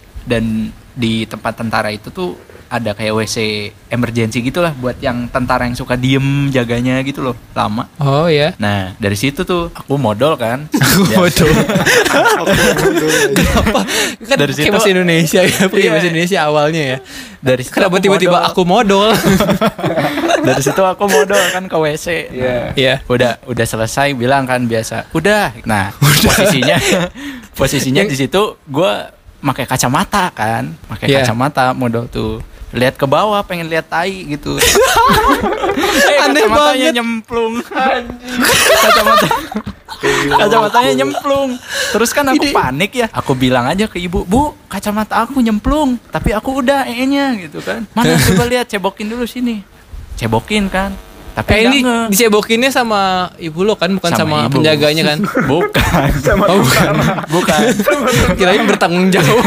dan di tempat tentara itu tuh ada kayak W C emergency gitulah buat yang tentara yang suka diem jaganya gitu loh lama. Oh ya. Nah dari situ tuh aku modal kan. Ya. Waduh. Kenapa? Kan Dari kayak situ- bahasa Indonesia ya, pakai Iya. bahasa Indonesia awalnya ya. Dari situ Kenapa aku tiba-tiba modal. aku modal? Dari situ aku modal kan ke W C. Iya. Iya. Udah udah selesai bilang kan biasa. Udah. Nah posisinya posisinya di situ gue pakai kacamata kan, pakai Iya. kacamata modal tuh. Lihat ke bawah pengen lihat tai gitu. eh, Aneh kacamatanya banget. nyemplung. Kacamata kacamatanya nyemplung. Terus kan aku panik ya. Aku bilang aja ke ibu, "Bu, kacamata aku nyemplung, tapi aku udah E-nya gitu kan. Mana coba lihat, cebokin dulu sini." Cebokin kan. Tapi Eh ini nggak nge. dicebokinnya sama ibu lo kan, bukan sama, ibu. penjaganya kan? Bukan. Sama Oh, tukang. Bukan. Kirain bertanggung jawab.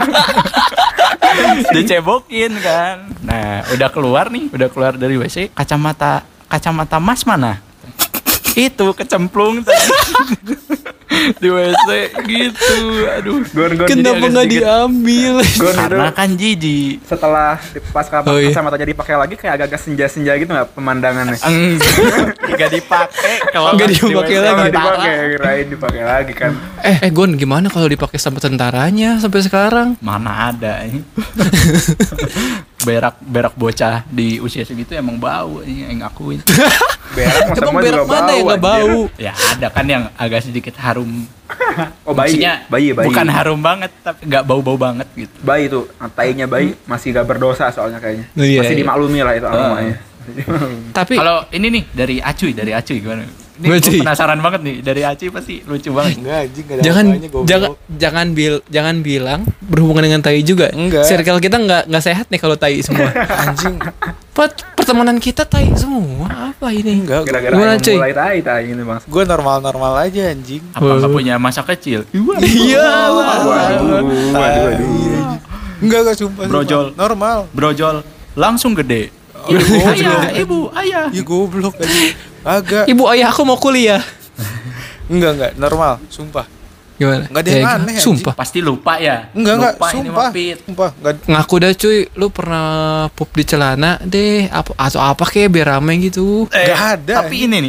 Dicebokin kan. Nah, udah keluar nih, udah keluar dari W C, kacamata kacamata Mas mana? Itu kecemplung tadi. Di W C gitu. Aduh. Gon, gon. Kenapa agak nggak sedikit- diambil? Gon itu Karena kan jijik. setelah pas Oh, iya. kacamatanya dipakai lagi kayak agak-agak senja-senja gitu nggak pemandangannya? Enggak dipakai kalau Nggak di dipakai W C lagi. Kalau tentara. dipakai, kirain dipakai lagi kan. Eh, eh Gon, gimana kalau dipakai sama tentaranya sampai sekarang? Mana ada ini. berak berak bocah di usia segitu emang bau ini yang ngakuin. Berak mau Emang semua berak juga mana yang nggak anjir. bau? Ya ada kan yang agak sedikit harum. Oh bayi, Maksudnya bayi, bayi. bukan harum banget tapi nggak bau-bau banget gitu. Bayi tuh, tainya bayi masih gak berdosa soalnya kayaknya. Oh, iya, masih iya. dimaklumi lah itu aromanya. Tapi Kalau ini nih dari Acuy, dari Acuy gimana? Ini Gua, gue Cuy. penasaran banget nih, dari Acuy pasti lucu banget. Enggak anjing enggak ada jangan apanya, goblok. jangan jangan bil jangan bilang berhubungan dengan tai juga. Enggak. Circle kita nggak nggak sehat nih kalau tai semua. Anjing. Pet- pertemanan kita tai semua. Apa ini? Enggak. Gara-gara Gimana, yang cuy? mulai tai tai ini bang. Gue normal-normal aja anjing. Apa nggak punya masa kecil? Iya. Waduh, waduh, waduh. Enggak, enggak sumpah. Brojol. sumpah. Normal. Brojol langsung gede. Oh, Ibu, goblok. ayah, ibu, ayah. Iya goblok aja. Agak. Ibu ayah aku mau kuliah. Enggak, enggak. Normal. Sumpah. Gimana? Nggak ada yang Ya, aneh, anjing. Sumpah. Pasti lupa ya. Enggak, enggak. Lupa ini Sumpah. mah, Pit. Sumpah. Enggak. Ngaku dah cuy, lu pernah pup di celana deh apa atau apa kayak biar rame gitu. Eh, Nggak ada, Tapi anjing. ini nih,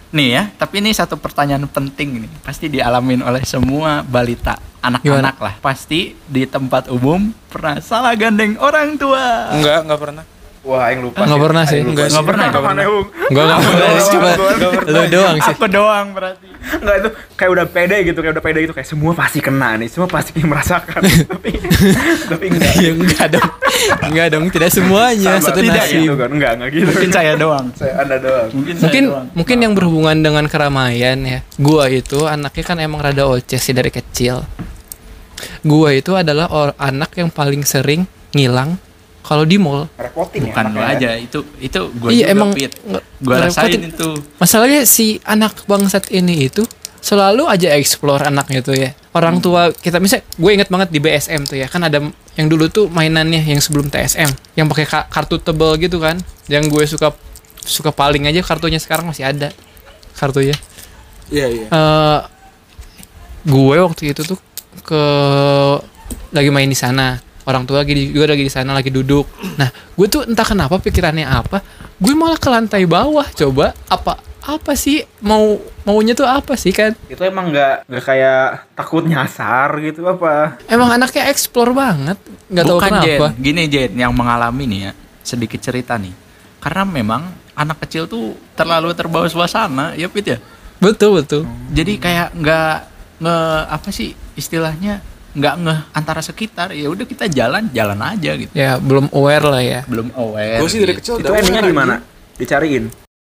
nih ya, tapi ini satu pertanyaan penting nih. Pasti dialamin oleh semua balita, anak-anak lah. Pasti di tempat umum pernah salah gandeng orang tua. Enggak, enggak pernah. Wah, yang lupa. Nggak pernah sih. Enggak Nggak pernah, nggak pernah. Gue gak pernah sih, cuma lu doang sih. Aku doang berarti. Enggak, itu kayak udah pede gitu, kayak udah pede gitu, kayak semua pasti kena nih, semua pasti merasakan. tapi tapi enggak. Ya enggak dong. Enggak dong, tidak semuanya Sama, satu tidak nasib. gitu kan. Enggak, enggak gitu. Mungkin saya doang. Saya Anda doang. Mungkin saya Mungkin doang. mungkin yang berhubungan dengan keramaian ya. Gua itu anaknya kan emang rada oceh sih dari kecil. Gua itu adalah or- anak yang paling sering ngilang kalau di mall. Repotin Bukan ya. lu anaknya. aja, itu itu gue Iya, juga emang Pit. nge- Gue rasain ngerepotin. itu. Masalahnya si anak bangsat ini itu selalu aja explore anaknya tuh ya. Orang tua kita misalnya gue inget banget di B S M tuh ya. Kan ada yang dulu tuh mainannya yang sebelum T S M yang pakai ka- kartu tebel gitu kan. Yang gue suka suka paling aja kartunya sekarang masih ada kartunya. Iya, iya. Eh gue waktu itu tuh ke lagi main di sana. Orang tua lagi di, juga lagi di sana lagi duduk. Nah, gue tuh entah kenapa pikirannya apa, gue malah ke lantai bawah coba apa apa sih mau maunya tuh apa sih kan? Itu emang nggak nggak kayak takut nyasar gitu apa? Emang anaknya explore banget, nggak tahu Bukan Jen, kenapa. gini Jen, yang mengalami nih ya, sedikit cerita nih. Karena memang anak kecil tuh terlalu terbawa suasana, ya Pit ya. Betul betul. Jadi kayak nggak nge apa sih istilahnya nggak nge antara sekitar. Ya udah kita jalan jalan aja gitu. Ya belum aware lah ya. Belum aware. Gue sih dari gitu. kecil Itu endingnya di mana? Dicariin.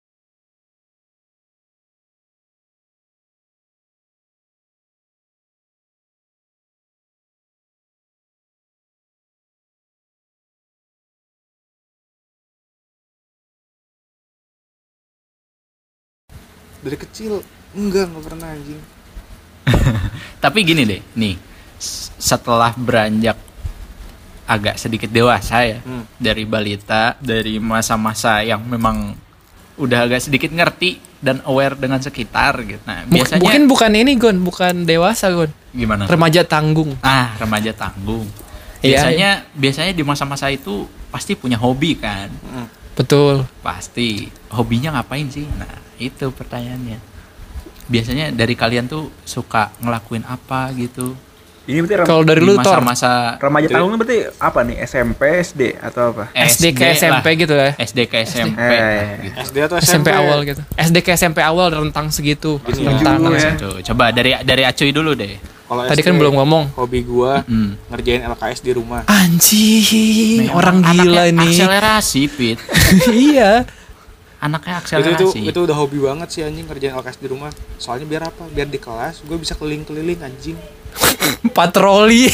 Dari kecil enggak, enggak pernah anjing. Tapi gini deh, nih s- setelah beranjak agak sedikit dewasa ya, Hmm. dari balita, dari masa-masa yang memang udah agak sedikit ngerti dan aware dengan sekitar gitu. Nah, Buk- biasanya Mungkin bukan ini Gon, bukan dewasa Gon. gimana? Remaja tanggung. Ah, remaja tanggung. Iya, Biasanya biasanya di masa-masa itu pasti punya hobi kan? Betul. Pasti. Hobinya ngapain sih? Nah, itu pertanyaannya. Biasanya dari kalian tuh suka ngelakuin apa gitu? Ini berarti rem- Kalau dari Di lu Tor, masa-masa remaja tanggung berarti apa nih? S M P, S D atau apa? S D ke S M P lah. gitu ya. S D ke S M P Eh. lah, gitu. S D atau S M P awal gitu. S D ke S M P awal rentang segitu. Gini Rentang. dulu ya. Tuh, coba dari dari Acuy dulu deh. Kalau Tadi S D, kan belum ngomong. Hobi gua Hmm. ngerjain L K S di rumah. Anjing, orang gila Anaknya nih. Akselerasi, Pit. Iya. Anaknya Itu itu akselerasi. itu udah hobi banget sih anjing ngerjain L K S di rumah. Soalnya biar apa? Biar di kelas gue bisa keliling-keliling anjing. Patroli.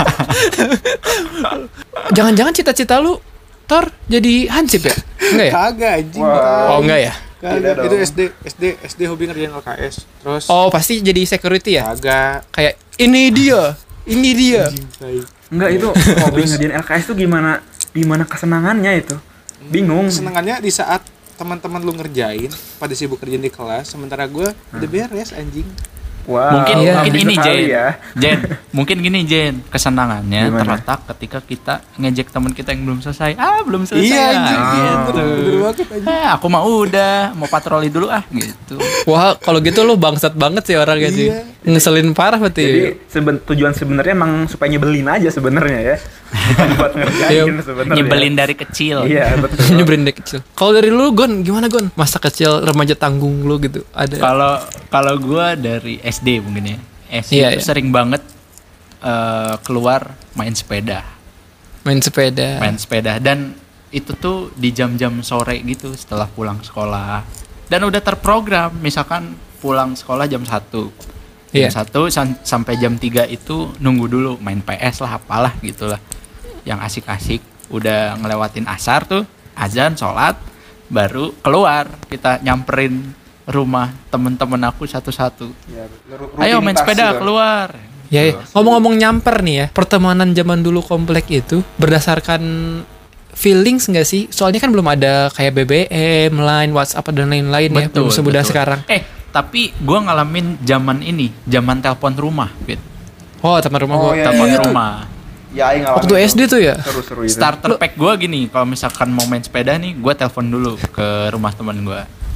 Jangan-jangan cita-cita lu Tor jadi hansip ya? Enggak ya? Kagak anjing. Wah. kagak. Oh enggak ya? Kagak. Tidak Itu dong. S D S D S D hobi ngerjain L K S. Terus Oh pasti jadi security ya? kagak. Kayak ini dia, ini dia. Anjing, tai. Enggak, itu hobi ngerjain L K S tuh gimana gimana kesenangannya itu? Bingung. Kesenangannya di saat teman-teman lu ngerjain pada sibuk kerjain di kelas, sementara gue udah beres anjing. Wow. Mungkin Iya. mungkin habis ini sekali Jen. ya. Jen, mungkin gini Jen, kesenangannya Gimana? terletak ketika kita ngejek teman kita yang belum selesai. Ah, belum selesai. Iya anjing. ah, gitu. Bener, bener banget anjing. Eh, aku mah udah mau patroli dulu ah gitu. Wah, kalau gitu lu bangsat banget sih orangnya sih. Iya. Ngeselin parah berarti. Jadi seben- tujuan sebenarnya emang supaya nyebelin aja sebenarnya ya. Bukan buat ngerjain Iya. sebenarnya. Nyebelin dari kecil. Iya, betul. Nyebelin dari kecil. Kalau dari lu Gon, gimana Gon? Masa kecil remaja tanggung lu gitu. Ada. Kalau kalau gua dari S D mungkin ya. S D Iya, itu iya. sering banget eh, keluar main sepeda, Main sepeda. main sepeda dan itu tuh di jam-jam sore gitu setelah pulang sekolah. Dan udah terprogram misalkan pulang sekolah jam satu. Jam Iya. satu sam- sampai jam tiga itu nunggu dulu main P S lah apalah gitulah. Yang asik-asik udah ngelewatin asar tuh, azan, sholat, baru keluar kita nyamperin rumah temen-temen aku satu-satu. Ya, ru- Ayo main rutinitas sepeda gitu. keluar. Ya, ya. Ngomong-ngomong nyamper nih ya, pertemanan zaman dulu komplek itu berdasarkan feelings nggak sih? Soalnya kan belum ada kayak B B M, Line, WhatsApp dan lain-lain ya, belum semudah betul. sekarang. Eh, tapi gua ngalamin zaman ini, zaman telepon rumah, Fit. Oh, teman rumah Oh, gua. iya, Telepon iya. rumah. Ya, aing ngalamin Waktu itu. S D tuh ya? Seru-seru itu. Starter pack gua gini, kalau misalkan mau main sepeda nih, gua telepon dulu ke rumah teman gua. Eh,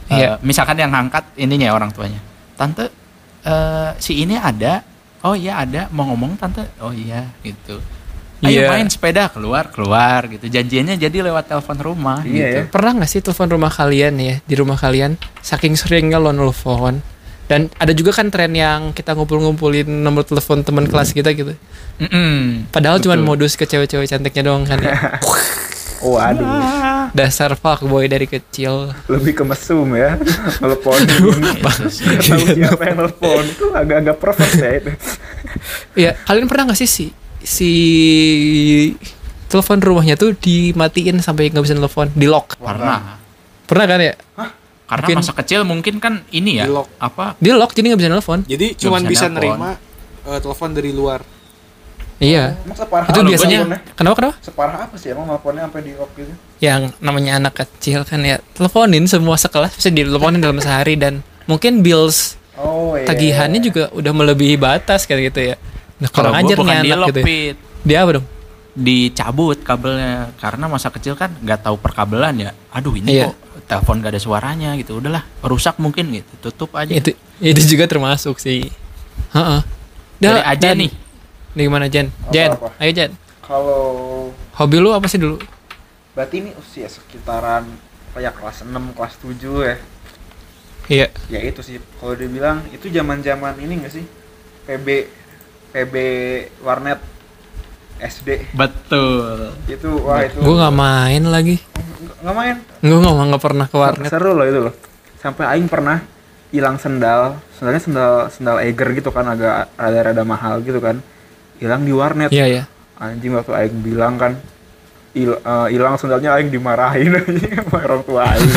Iya. Eh, misalkan yang ngangkat ininya orang tuanya, tante eh, si ini ada, oh iya ada, mau ngomong tante, oh iya gitu. Ayo Iya. main sepeda keluar keluar gitu. Janjiannya jadi lewat telepon rumah Iya gitu. ya. Pernah nggak sih telepon rumah kalian ya, di rumah kalian saking seringnya lo nelfon, dan ada juga kan tren yang kita ngumpul-ngumpulin nomor telepon teman kelas kita gitu. Mm-mm. Padahal cuma Betul. modus ke cewek-cewek cantiknya doang kan ya. Oh aduh, Dasar fuckboy dari kecil. lebih ke mesum ya, telepon. Itu sih. Tahu siapa yang telepon itu agak-agak perfect ya itu. Iya, kalian pernah nggak sih si si telepon rumahnya tuh dimatiin sampai nggak bisa telepon, di lock? Pernah. Pernah kan ya? Karena Mungkin- masa kecil mungkin kan ini ya, Di-lock. apa Di lock jadi nggak bisa telepon. Jadi cuman bisa bisa nelpon. nerima eh, telepon dari luar. Iya. Emang separah Itu apa biasanya teleponnya? kenapa kenapa? Separah apa sih emang teleponnya sampai di lock gitu? Yang namanya anak kecil kan ya, teleponin semua sekelas bisa diteleponin dalam sehari, dan mungkin bills Oh iya. tagihannya juga udah melebihi batas kayak gitu ya. Nah, kalau kalau gue ngajar bukan nih di anak lock, gitu. Ya. Pit. Dia apa dong? Dicabut kabelnya karena masa kecil kan nggak tahu perkabelan ya. Aduh ini Iya. kok telepon gak ada suaranya gitu. Udahlah, rusak mungkin gitu. Tutup aja. Itu itu juga termasuk sih. Heeh. Dari Dan- aja dan- nih. Nih gimana Jen? Apa, Jen, apa? ayo Jen. Kalau Hobi lu apa sih dulu? berarti ini usia sekitaran kayak kelas enam, kelas tujuh ya. Iya. Ya itu sih kalau dibilang itu zaman-zaman ini enggak sih? P B P B warnet S D. Betul. Itu wah itu. Gue nggak main lagi. Nggak main. Gue nggak nggak pernah ke warnet. Seru loh itu loh. Sampai aing pernah hilang sendal. Sendalnya sendal sendal Eiger gitu kan, agak rada-rada mahal gitu kan. Hilang di warnet. Iya ya. Anjing waktu aing bilang kan il- eh, hilang sendalnya, aing dimarahin anjing sama orang tua aing.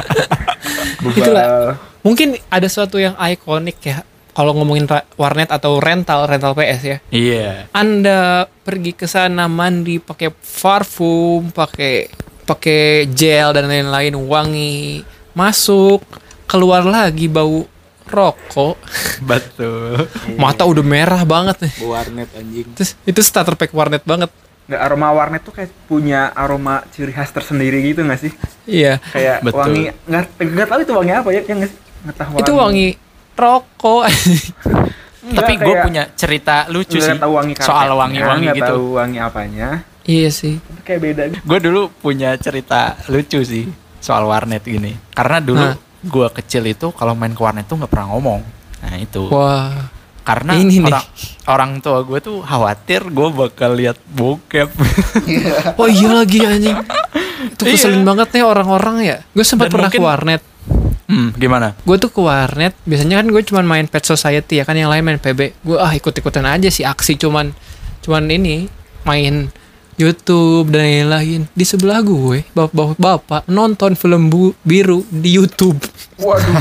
Bebal. Itulah. Mungkin ada sesuatu yang ikonik ya. Kalau ngomongin ra- warnet atau rental rental P S ya. Iya. Anda pergi ke sana mandi pakai parfum, pakai pakai gel dan lain-lain, wangi, masuk, keluar lagi bau rokok, Betul. mata udah merah banget nih. Warnet anjing. Terus itu starter pack warnet banget. Nggak, aroma warnet tuh kayak punya aroma ciri khas tersendiri gitu nggak sih? Iya. Kayak Betul. wangi, nggak nggak tahu itu wangi apa ya, yang nggak sih? Nggak tahu Itu wangi rokok. Tapi gue kayak- punya cerita lucu sih nggak tahu wangi soal karpetnya, wangi-wangi nggak gitu. tahu wangi apanya, Iya sih. tapi kayak beda gitu. Gue dulu punya cerita lucu sih soal warnet gini. Karena dulu Hah? gue kecil itu kalau main ke warnet tuh nggak pernah ngomong. Nah itu. Wah. Karena Ini nih. orang orang tua gue tuh khawatir gue bakal lihat bokep. Oh iya lagi anjing. Itu Iya. keselin banget nih orang-orang ya. Gue sempat Dan pernah ke mungkin- warnet. hmm, gimana? Gue tuh ke warnet, biasanya kan gue cuman main Pet Society ya kan, yang lain main P B. Gue ah ikut-ikutan aja sih aksi, cuman cuman ini main YouTube dan lain-lain. Di sebelah gue bapak-bapak nonton film bu- biru di YouTube. Waduh.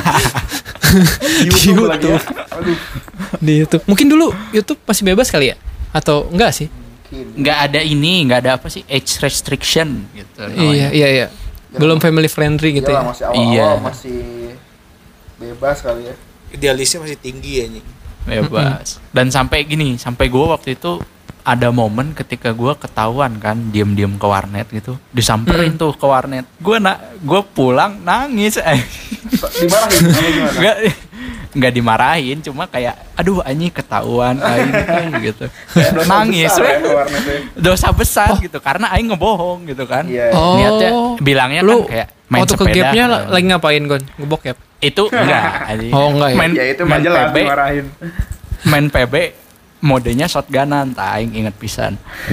YouTube lagi ya. Aduh. Di YouTube. Mungkin dulu YouTube masih bebas kali ya? Atau enggak sih? Nggak ada ini, nggak ada apa sih age restriction gitu. Iya, namanya. iya, iya. Belum family friendly gitu Iyalah, ya. masih awal-awal Iya. masih bebas kali ya. Idealisnya masih tinggi anjing. Bebas. Dan sampai gini, sampai gue waktu itu ada momen ketika gue ketahuan kan diem-diem ke warnet gitu, disamperin Hmm. tuh ke warnet. Gue na, gue pulang nangis. Eh. Dimarahin apa gimana? Nggak, nggak dimarahin, cuma kayak aduh anjing ketahuan aing gitu. Kayak dosa Nangis besar ya weh. ke warnet ya. Dosa besar gitu karena aing ngebohong gitu kan. Iya. Oh. Niatnya bilangnya Lu kan kayak main waktu ke sepeda. gapnya kan. lagi ngapain Gon? Ngebokep? Itu enggak anjing. Oh, enggak ya? Main, Ya itu main mah jelas P B, dimarahin. main P B modenya shotgunan, tak aing inget pisan.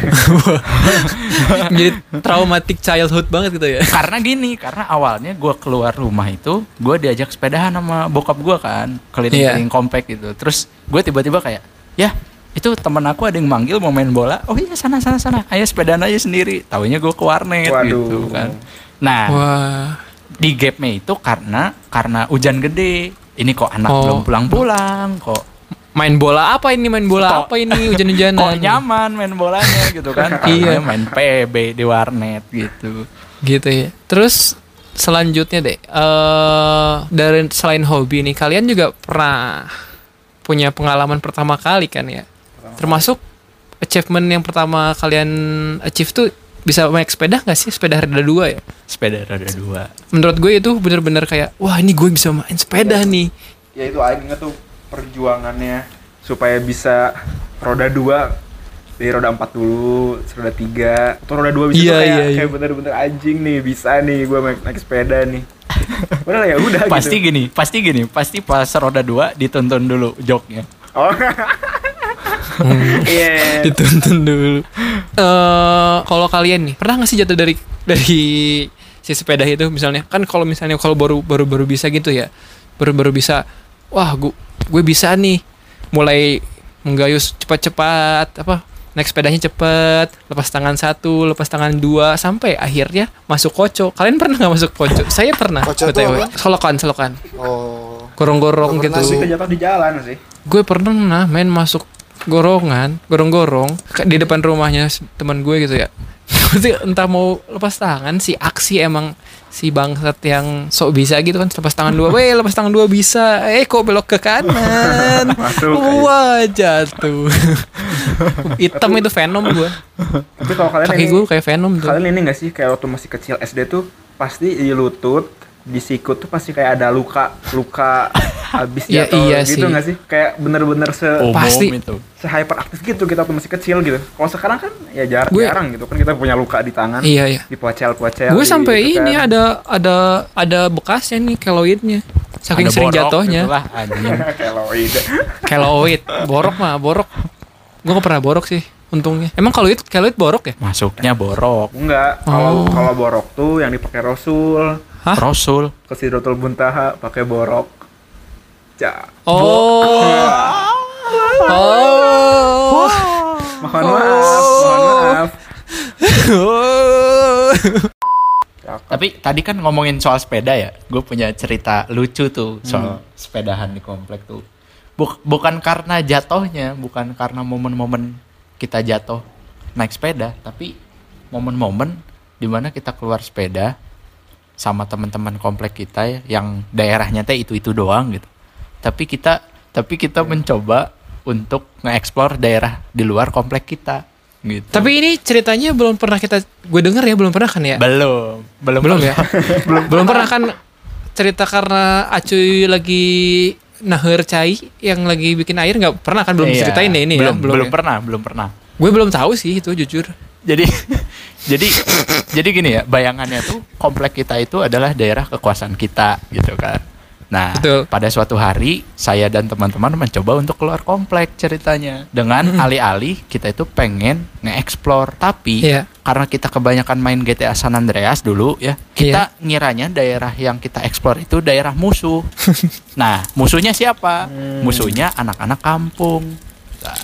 Jadi traumatic childhood banget gitu ya. Karena gini, karena awalnya gue keluar rumah itu, gue diajak sepedahan sama bokap gue kan, keliling-keliling komplek gitu. Terus gue tiba-tiba kayak, ya itu temen aku ada yang manggil mau main bola. Oh iya sana sana sana, ayo sepedaan aja sendiri. Taunya gue ke warnet Waduh. gitu kan. Nah Wah. di gapnya itu karena karena hujan gede. Ini kok anak Oh. belum pulang-pulang, kok Main bola apa ini? Main bola Kok- apa ini? Hujan-hujanan. kok nyaman main bolanya gitu kan. Iya. Taunya main P B di warnet gitu. Gitu ya. Terus selanjutnya deh, eh dari selain hobi nih, kalian juga pernah punya pengalaman pertama kali kan ya? Termasuk achievement yang pertama kalian achieve tuh bisa naik sepeda nggak sih? Sepeda roda dua ya? Sepeda roda dua. Menurut gue itu bener-bener kayak, wah ini gue bisa main sepeda nih. Ya itu aing inget tuh perjuangannya supaya bisa roda dua dari roda empat dulu, roda tiga, atau roda dua bisa Iya, tuh kayak iya, iya. kayak bener-bener anjing nih, bisa nih gue naik, naik sepeda nih. Udah lah ya udah Pasti gitu. gini, pasti gini, pasti pas roda dua dituntun dulu joknya. Oh. Iya. Dituntun dulu. Eh kalau kalian nih pernah nggak sih jatuh dari dari si sepeda itu misalnya? Kan kalau misalnya kalau baru baru baru bisa gitu ya, baru baru bisa, wah gue gue bisa nih, mulai menggayus cepat-cepat apa naik sepedanya cepet, lepas tangan satu, lepas tangan dua, sampai akhirnya masuk koco. Kalian pernah nggak masuk koco? Saya pernah. Koco B T W. tuh apa? Selokan, selokan. Oh. Gorong-gorong Nggak gitu. pernah sih. Tapi kejatuh di jalan sih. Gue pernah main masuk gorongan, gorong-gorong ke- di depan rumahnya s- teman gue gitu ya. Terus entah mau lepas tangan, si aksi emang si bangsat yang sok bisa gitu kan, lepas tangan dua, weh lepas tangan dua bisa, eh kok belok ke kanan, Masuk, wah jatuh. Hitam itu Venom gue, Tapi kalau kalian kaki ini, gue kayak Venom tuh. kalian ini nggak sih kayak waktu masih kecil S D tuh pasti di lutut, di sikut tuh pasti kayak ada luka, luka habis Iya, jatuh iya gitu sih. nggak sih? Kayak bener-bener se Umum Pasti. itu. se hyperaktif gitu kita waktu masih kecil gitu. Kalau sekarang kan ya jar Gue- jarang gitu kan kita punya luka di tangan, Iya iya. di pocel-pocel. Gue di- sampai gitu ini kan. ada ada ada bekasnya nih keloidnya, saking Ada sering borok jatuhnya. gitu lah, anjing. keloid. Keloid, borok mah borok. Gue gak pernah borok sih, untungnya. Emang keloid keloid borok ya? Masuknya borok. Enggak, kalau Oh. kalau borok tuh yang dipakai Rasul, Hah? Rasul. ke Sidratul Muntaha pakai borok. Ja. Oh. Oh. Mohon maaf, mohon maaf. Tapi tadi kan ngomongin soal sepeda ya, gue punya cerita lucu tuh soal sepedahan di komplek tuh. Buk- bukan karena jatuhnya, bukan karena momen-momen kita jatuh naik sepeda, tapi momen-momen dimana kita keluar sepeda sama teman-teman komplek kita ya, yang daerahnya teh itu-itu doang gitu. Tapi kita, tapi kita mencoba untuk nge-explore daerah di luar komplek kita gitu. Tapi ini ceritanya belum pernah kita gue denger ya, belum pernah kan ya? belum, belum, Belum ya? pernah. belum belum pernah kan cerita karena Acuy lagi naher cai yang lagi bikin air, nggak pernah kan, belum Iya, ceritain deh ini belum, ya? belum ya? pernah, belum pernah. Gue belum tahu sih itu jujur. Jadi jadi jadi gini ya, bayangannya tuh komplek kita itu adalah daerah kekuasaan kita gitu kan. Nah, Betul. pada suatu hari saya dan teman-teman mencoba untuk keluar komplek ceritanya. Dengan alih-alih kita itu pengen nge-explore, tapi Iya. karena kita kebanyakan main G T A San Andreas dulu ya, kita ngiranya daerah yang kita explore itu daerah musuh. Nah, musuhnya siapa? Musuhnya anak-anak kampung. Nah,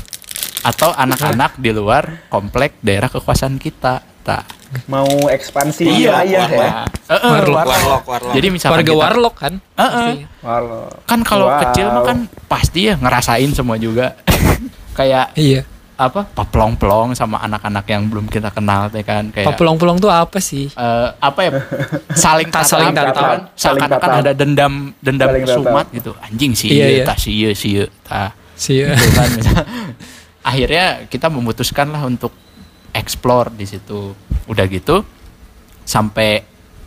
atau anak-anak di luar komplek daerah kekuasaan kita. Nah, Mau ekspansi iya, wilayah ya. nah, eh, eh, Warlock, warlock. warlock, warlock. Jadi misalkan Warga kita, warlock kan? Eh, eh. Pastinya. Walau. kan kalau Wow. kecil mah kan pasti ya ngerasain semua juga. Kayak Iya. apa? Peplong-pelong sama anak-anak yang belum kita kenal teh kan, kayak Pelong-pelong tuh apa sih? eh, apa ya? Saling tatap, Saling gitu tatap. kan. Saling Seakan-akan tatap. ada dendam dendam Saling tatap. kesumat gitu. Anjing sih, Iya, iya. tah sih, sih, tah. Sih. Gitu kan, misal. Akhirnya kita memutuskan lah untuk explore di situ. Udah gitu sampai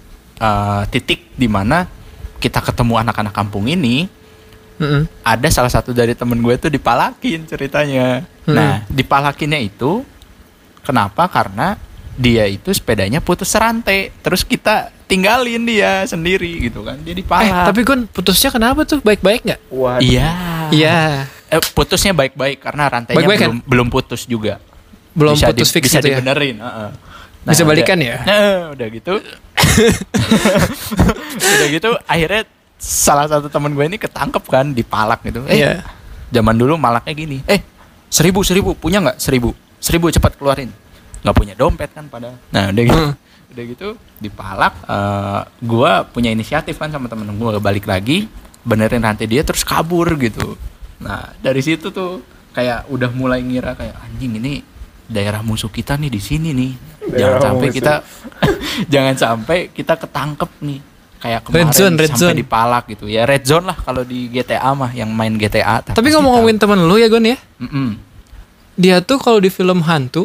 eh, titik di mana kita ketemu anak-anak kampung ini, Mm-mm. ada salah satu dari temen gue tuh dipalakin ceritanya. Hmm. Nah, dipalakinnya itu kenapa? Karena dia itu sepedanya putus serantai, terus kita tinggalin dia sendiri gitu kan. Dia Eh, dipalak. tapi Gun, putusnya kenapa tuh? Baik-baik nggak? Waduh. Iya. Iya. Eh, putusnya baik-baik karena rantainya Baik-baik belum belum putus juga. Belum Bisa putus di- fix bisa gitu ya? dibenerin, heeh. Bisa balikan udah, ya? Nah, udah gitu. Udah gitu akhirnya salah satu teman gue ini ketangkep kan, dipalak gitu. Eh, Iya. zaman dulu malaknya gini. Eh, seribu seribu punya nggak seribu? Seribu cepat keluarin. Nggak punya dompet kan pada. Nah udah gitu. Hmm. Udah gitu dipalak. eh gue punya inisiatif kan sama temen gue, balik lagi benerin rantai dia terus kabur gitu. Nah dari situ tuh kayak udah mulai ngira kayak anjing ini daerah musuh kita nih di sini nih. Jangan Daerah sampai musuh. kita jangan sampai kita ketangkep nih. Kayak kemarin Red zone, red sampai zone. dipalak gitu. Ya red zone lah kalau di G T A mah, yang main G T A. Tapi ngomong-ngomongin temen lu ya Gun ya, Mm-mm. dia tuh kalau di film hantu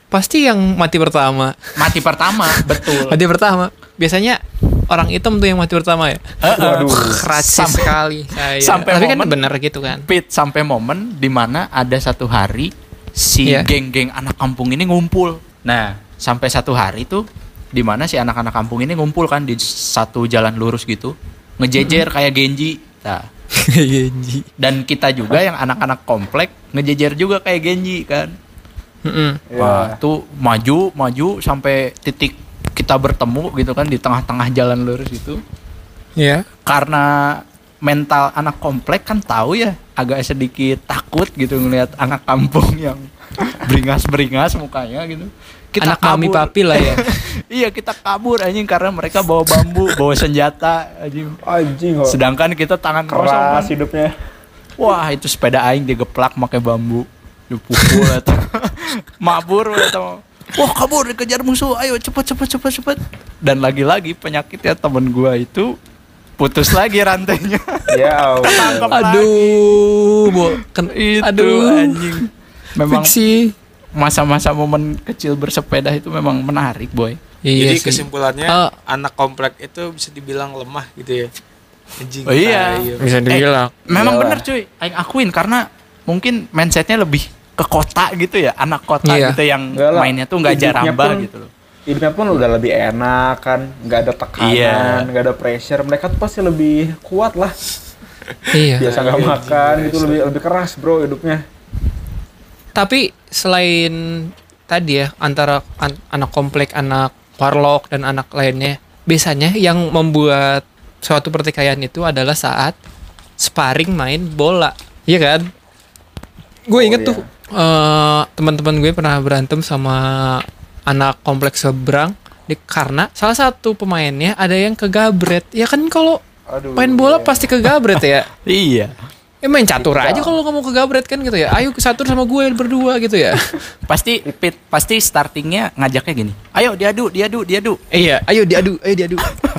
pasti yang mati pertama. Mati pertama, betul. Mati pertama. Biasanya orang hitam tuh yang mati pertama ya. Heeh. Rasis Sampai- sekali saya. sampai Tapi kan momen- bener gitu kan. Pit sampai momen dimana ada satu hari si Iya. geng-geng anak kampung ini ngumpul. Nah, sampai satu hari tuh dimana si anak-anak kampung ini ngumpul kan di satu jalan lurus gitu, ngejejer kayak Genji. Nah, Genji. dan kita juga yang anak-anak komplek ngejejer juga kayak Genji kan. Heeh. Wah, tuh maju maju sampai titik kita bertemu gitu kan di tengah-tengah jalan lurus itu. Iya. Karena mental anak komplek kan tahu ya, agak sedikit takut gitu ngelihat anak kampung yang beringas-beringas mukanya gitu. Kita Anak mami papi lah ya. Iya, kita kabur anjing karena mereka bawa bambu, bawa senjata anjing. Anjing kok. Sedangkan kita tangan kosong kan. Keras hidupnya. Wah, itu sepeda aing digeplak pakai bambu. Dipukul atau mabur atau wah kabur dikejar musuh, ayo cepet cepet cepet cepet. Dan lagi-lagi penyakitnya temen gua itu putus lagi rantainya. Ya Allah. Ketangkep lagi. Aduh, bo, ken- Itu aduh, anjing. Memang fiksi. masa-masa momen kecil bersepeda itu memang menarik, boy. Iya Jadi sih. kesimpulannya Oh. anak komplek itu bisa dibilang lemah gitu ya. Anjing. Oh iya. tai. Bisa dibilang. Memang Iyalah. bener cuy, aing akuin karena mungkin mindsetnya lebih ke kota gitu ya, anak kota Iya. gitu yang Enggak lah. mainnya tuh nggak Hidupnya jarambah pun- gitu loh. Hidupnya pun udah lebih enak kan, nggak ada tekanan, Iya. nggak ada pressure. Mereka tuh pasti lebih kuat lah. Iya. Biasa nggak Iya, makan iya, gitu, iya. lebih lebih keras bro hidupnya. Tapi selain tadi ya antara an- anak komplek, anak warlock dan anak lainnya, biasanya yang membuat suatu pertikaian itu adalah saat sparring main bola, iya kan? Gue Oh, inget iya. tuh eh, teman-teman gue pernah berantem sama anak kompleks seberang di- karena salah satu pemainnya ada yang kegabret. Ya kan kalau Aduh. main bola iya. pasti kegabret ya. Iya. Ya main catur Iya. aja kalau kamu kegabret kan gitu ya. Ayo catur sama gue berdua gitu ya. Pasti pit, pasti startingnya ngajaknya gini. Ayo diadu, diadu, diadu. Iya, ayo diadu, ayo diadu.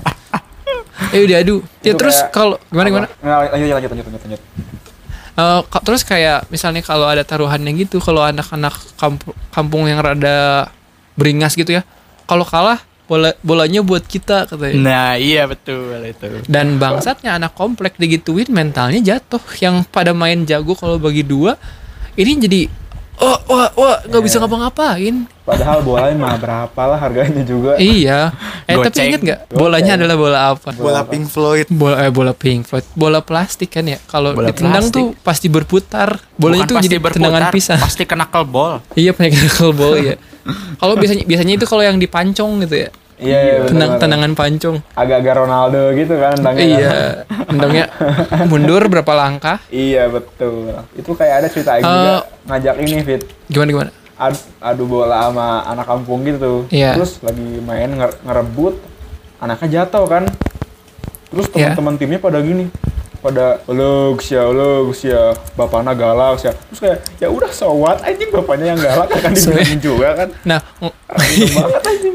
ayo diadu. Ya Itu terus kayak- kalau gimana gimana? Nggak, lanjut lanjut lanjut lanjut lanjut. Eh, ka- terus kayak misalnya kalau ada taruhannya gitu, kalau anak-anak kampung, kampung yang rada beringas gitu ya, kalau kalah bola bolanya buat kita katanya. Nah, iya betul itu. Dan bangsatnya anak komplek digituin mentalnya jatuh. Yang pada main jago kalau bagi dua, ini jadi oh wah wah nggak bisa Iya. ngapa-ngapain. Padahal bolanya mah berapa lah harganya juga. Iya. Eh tapi Goceng. inget nggak bolanya adalah bola apa? Bola Pink Floyd. Bola eh, bola Pink Floyd, bola plastik kan ya. Kalau Bola ditendang plastik. tuh pasti berputar. Bolanya Bukan itu pasti jadi tendangan berputar, pisah. Pasti kena ball. Iya punya knuckleball ya. Kalau biasanya biasanya itu kalau yang dipancong gitu ya. Iya, iya, Tendang benar-benar. tendangan pancong. Agak-agak Ronaldo gitu kan tendangnya. Iya. Tendangnya mundur berapa langkah. Iya betul. Itu kayak ada cerita Aing juga Eh. ngajak ini Fit. Gimana gimana? Ad, adu bola sama anak kampung gitu. Iya. Terus lagi main nger- ngerebut, anaknya jatuh kan. Terus Iya. teman-teman timnya pada gini, pada lo ya lo ya bapaknya galak ya. Terus kayak ya udah so what anjing bapaknya yang galak kan dibilangin juga kan. Nah, ng- Random banget anjing.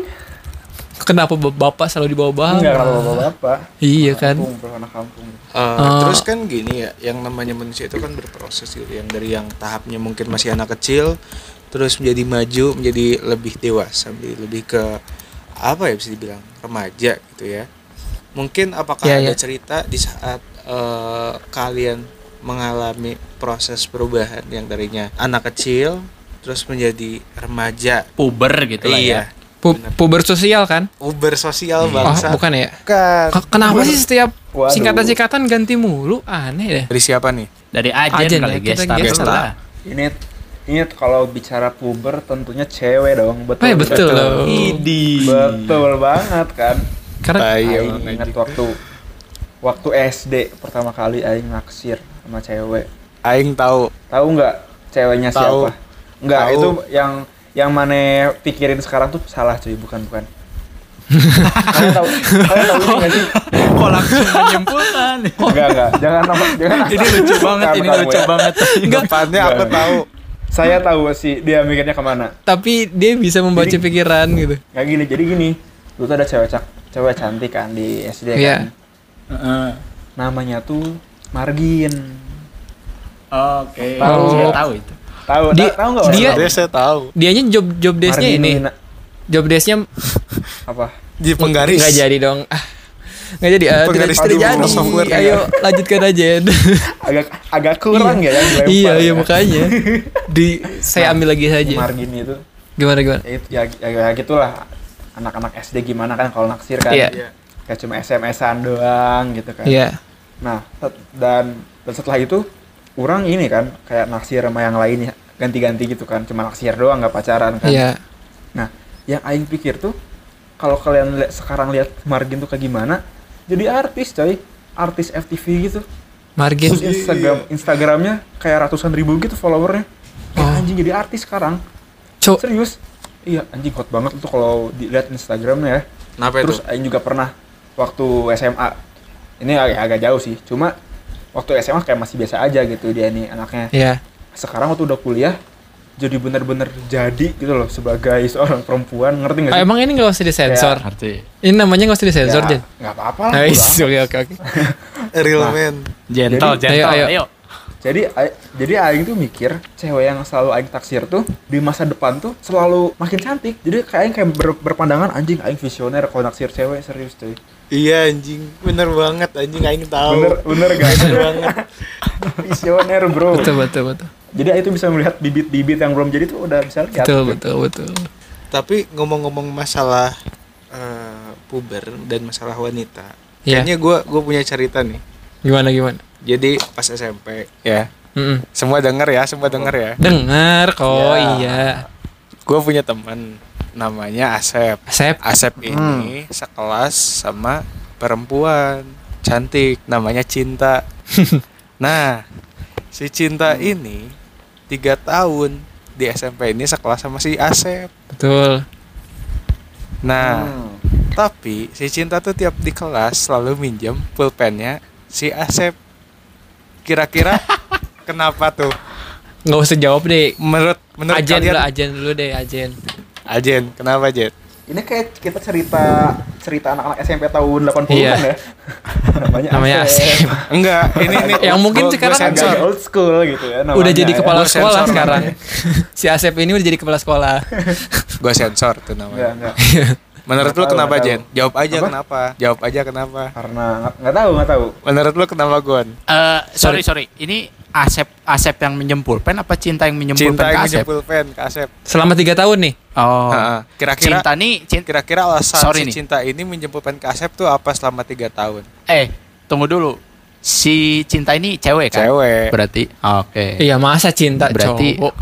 kenapa bap- bapak selalu dibawa bapak? Enggak kenapa bapak-bapak. Iya kan. Kampung, bro, anak kampung. Eh, Ah. Terus kan gini ya, yang namanya manusia itu kan berproses gitu, yang dari yang tahapnya mungkin masih anak kecil, terus menjadi maju, menjadi lebih dewasa, menjadi lebih ke apa ya bisa dibilang remaja gitu ya. Mungkin apakah Iya, ada iya. cerita di saat eh, kalian mengalami proses perubahan yang darinya anak kecil terus menjadi remaja, Puber gitu lah ya. iya, Pu- puber sosial kan? uber sosial Oh, bangsa. bukan ya? Bukan. K- Kenapa sih setiap Waduh. singkatan-singkatan ganti mulu? Aneh deh. Dari siapa nih? Dari ajen, Ajen kali ya, kita gestar gestar. lah. Ini ini kalau bicara puber tentunya cewek dong, betul. Oh, iya, betul loh. Idi. Betul banget kan. Karena Tai, Aing emang ingat anjing. waktu waktu S D pertama kali Aing naksir sama cewek. Aing tahu. Tahu nggak ceweknya Tahu. siapa? Nggak, Tahu. itu yang yang mana pikirin sekarang tuh salah cuy, bukan bukan. Kalian tahu, kalian tahu ini nggak sih? Kok langsung menyimpulkan? Enggak enggak, jangan jangan. Ini lucu banget, ini Kamu lucu ya. banget. Depannya aku Enggak. tahu. Saya tahu sih dia mikirnya kemana. tapi dia bisa membaca Jadi- pikiran gitu. Nggak gini, jadi gini. Dulu tuh ada cewek cak, cewek cantik kan di S D Iya. kan. Namanya tuh Margin. Oke. Tahu. Saya tahu itu. Tahu, Dia- tahu enggak? dia- Dia saya tahu. Dianya job job desk-nya ini. Job desk-nya apa? Di penggaris. nggak jadi dong. Ah. Nggak jadi. Ah, tidak Penggaris tidak di jadi. Microsoft Word ya. Ayo lanjutkan aja. Agak agak kurang ya yang dilempar. Iya, iya ya. makanya. Di saya ambil lagi saja. Margin itu Gimana gimana? ya, itu- ya, ya, ya gitulah. Anak-anak S D gimana kan kalau naksir kan. Iya. Kayak cuma S M S-an doang gitu kan. Iya. Nah, tet- dan dan setelah itu orang ini kan kayak naksir sama yang lainnya ganti-ganti gitu kan, cuma naksir doang nggak pacaran kan. Iya. Nah, yang aing pikir tuh kalau kalian liat, sekarang lihat Margin tuh kayak gimana, jadi artis coy, artis F T V gitu. Margin. Terus Instagram Instagramnya kayak ratusan ribu gitu followernya. Kayak Oh. anjing jadi artis sekarang. Cok. Serius? Iya, anjing hot banget tuh kalau dilihat Instagramnya ya. Kenapa Terus itu? aing juga pernah waktu S M A. Ini agak, agak jauh sih, cuma waktu S M A kayak masih biasa aja gitu dia nih anaknya. Iya. Sekarang waktu udah kuliah jadi bener-bener jadi gitu loh sebagai seorang perempuan, ngerti nggak Ah, sih? emang ini nggak usah disensor. Ngerti. Ini namanya nggak usah disensor, Ya, Jen. nggak apa-apa lah. Nice. bodo amat. Oke oke oke. Real Nah. man. Gentle, Jadi- gentle. Ayo, Ayo, ayo. Jadi a- jadi aing tuh mikir cewek yang selalu aing taksir tuh di masa depan tuh selalu makin cantik. Jadi kayak aing kayak ber- berpandangan anjing aing visioner kalau naksir cewek, serius cuy. Iya anjing, bener banget anjing aing tahu. Bener bener gak? Bener banget. Visioner bro. Betul betul betul. Jadi itu bisa melihat bibit-bibit yang belum jadi tuh udah bisa lihat. Betul betul betul. Tapi ngomong-ngomong masalah eh, puber dan masalah wanita, Iya. kayaknya gue gue punya cerita nih. Gimana gimana? Jadi pas S M P ya, Mm-mm. semua denger ya, semua denger ya. Dengar kok, Ya. iya. Gue punya teman namanya Asep. Asep. Asep ini sekelas sama perempuan cantik namanya Cinta. Nah, si Cinta ini tiga tahun di S M P ini sekelas sama si Asep. Betul. Nah, Hmm. tapi si Cinta tuh tiap di kelas selalu minjem pulpennya si Asep. Kira-kira kenapa tuh? Nggak usah jawab deh. Menurut menurut Ajen kalian? dulu, ajen dulu deh, ajen. Ajen, kenapa Jen? Ini kayak kita cerita cerita anak-anak S M P tahun delapan puluhan Iya. ya. Namanya, Namanya Asep. Enggak, ini nih Yang mungkin gua- gua sekarang sensor. Agak old school gitu ya namanya. Udah jadi ya. kepala Gua sekolah sensor sekarang. namanya. Si Asep ini udah jadi kepala sekolah. Gue sensor tuh Enggak, namanya. enggak. Menurut Nggak lu tahu, kenapa nggak Jen? tahu. Jawab aja Apa? kenapa? Jawab aja kenapa? Karena nggak nggak tahu, nggak tahu. Menurut lu kenapa Gon? Eh, sorry, sorry. Ini Asep Asep yang minjem pulpen apa Cinta yang minjem Cinta pulpen ke yang Asep? minjem pulpen ke Asep. Selama tiga tahun nih. Oh. Heeh. Kira-kira Cinta nih, Cinta. kira-kira alasan Sorry si nih. Cinta ini minjem pulpen ke Asep tuh apa selama tiga tahun? Eh, tunggu dulu. Si Cinta ini cewek kan? Cewek. Berarti. Oke. Iya masa cinta Berarti- cowok.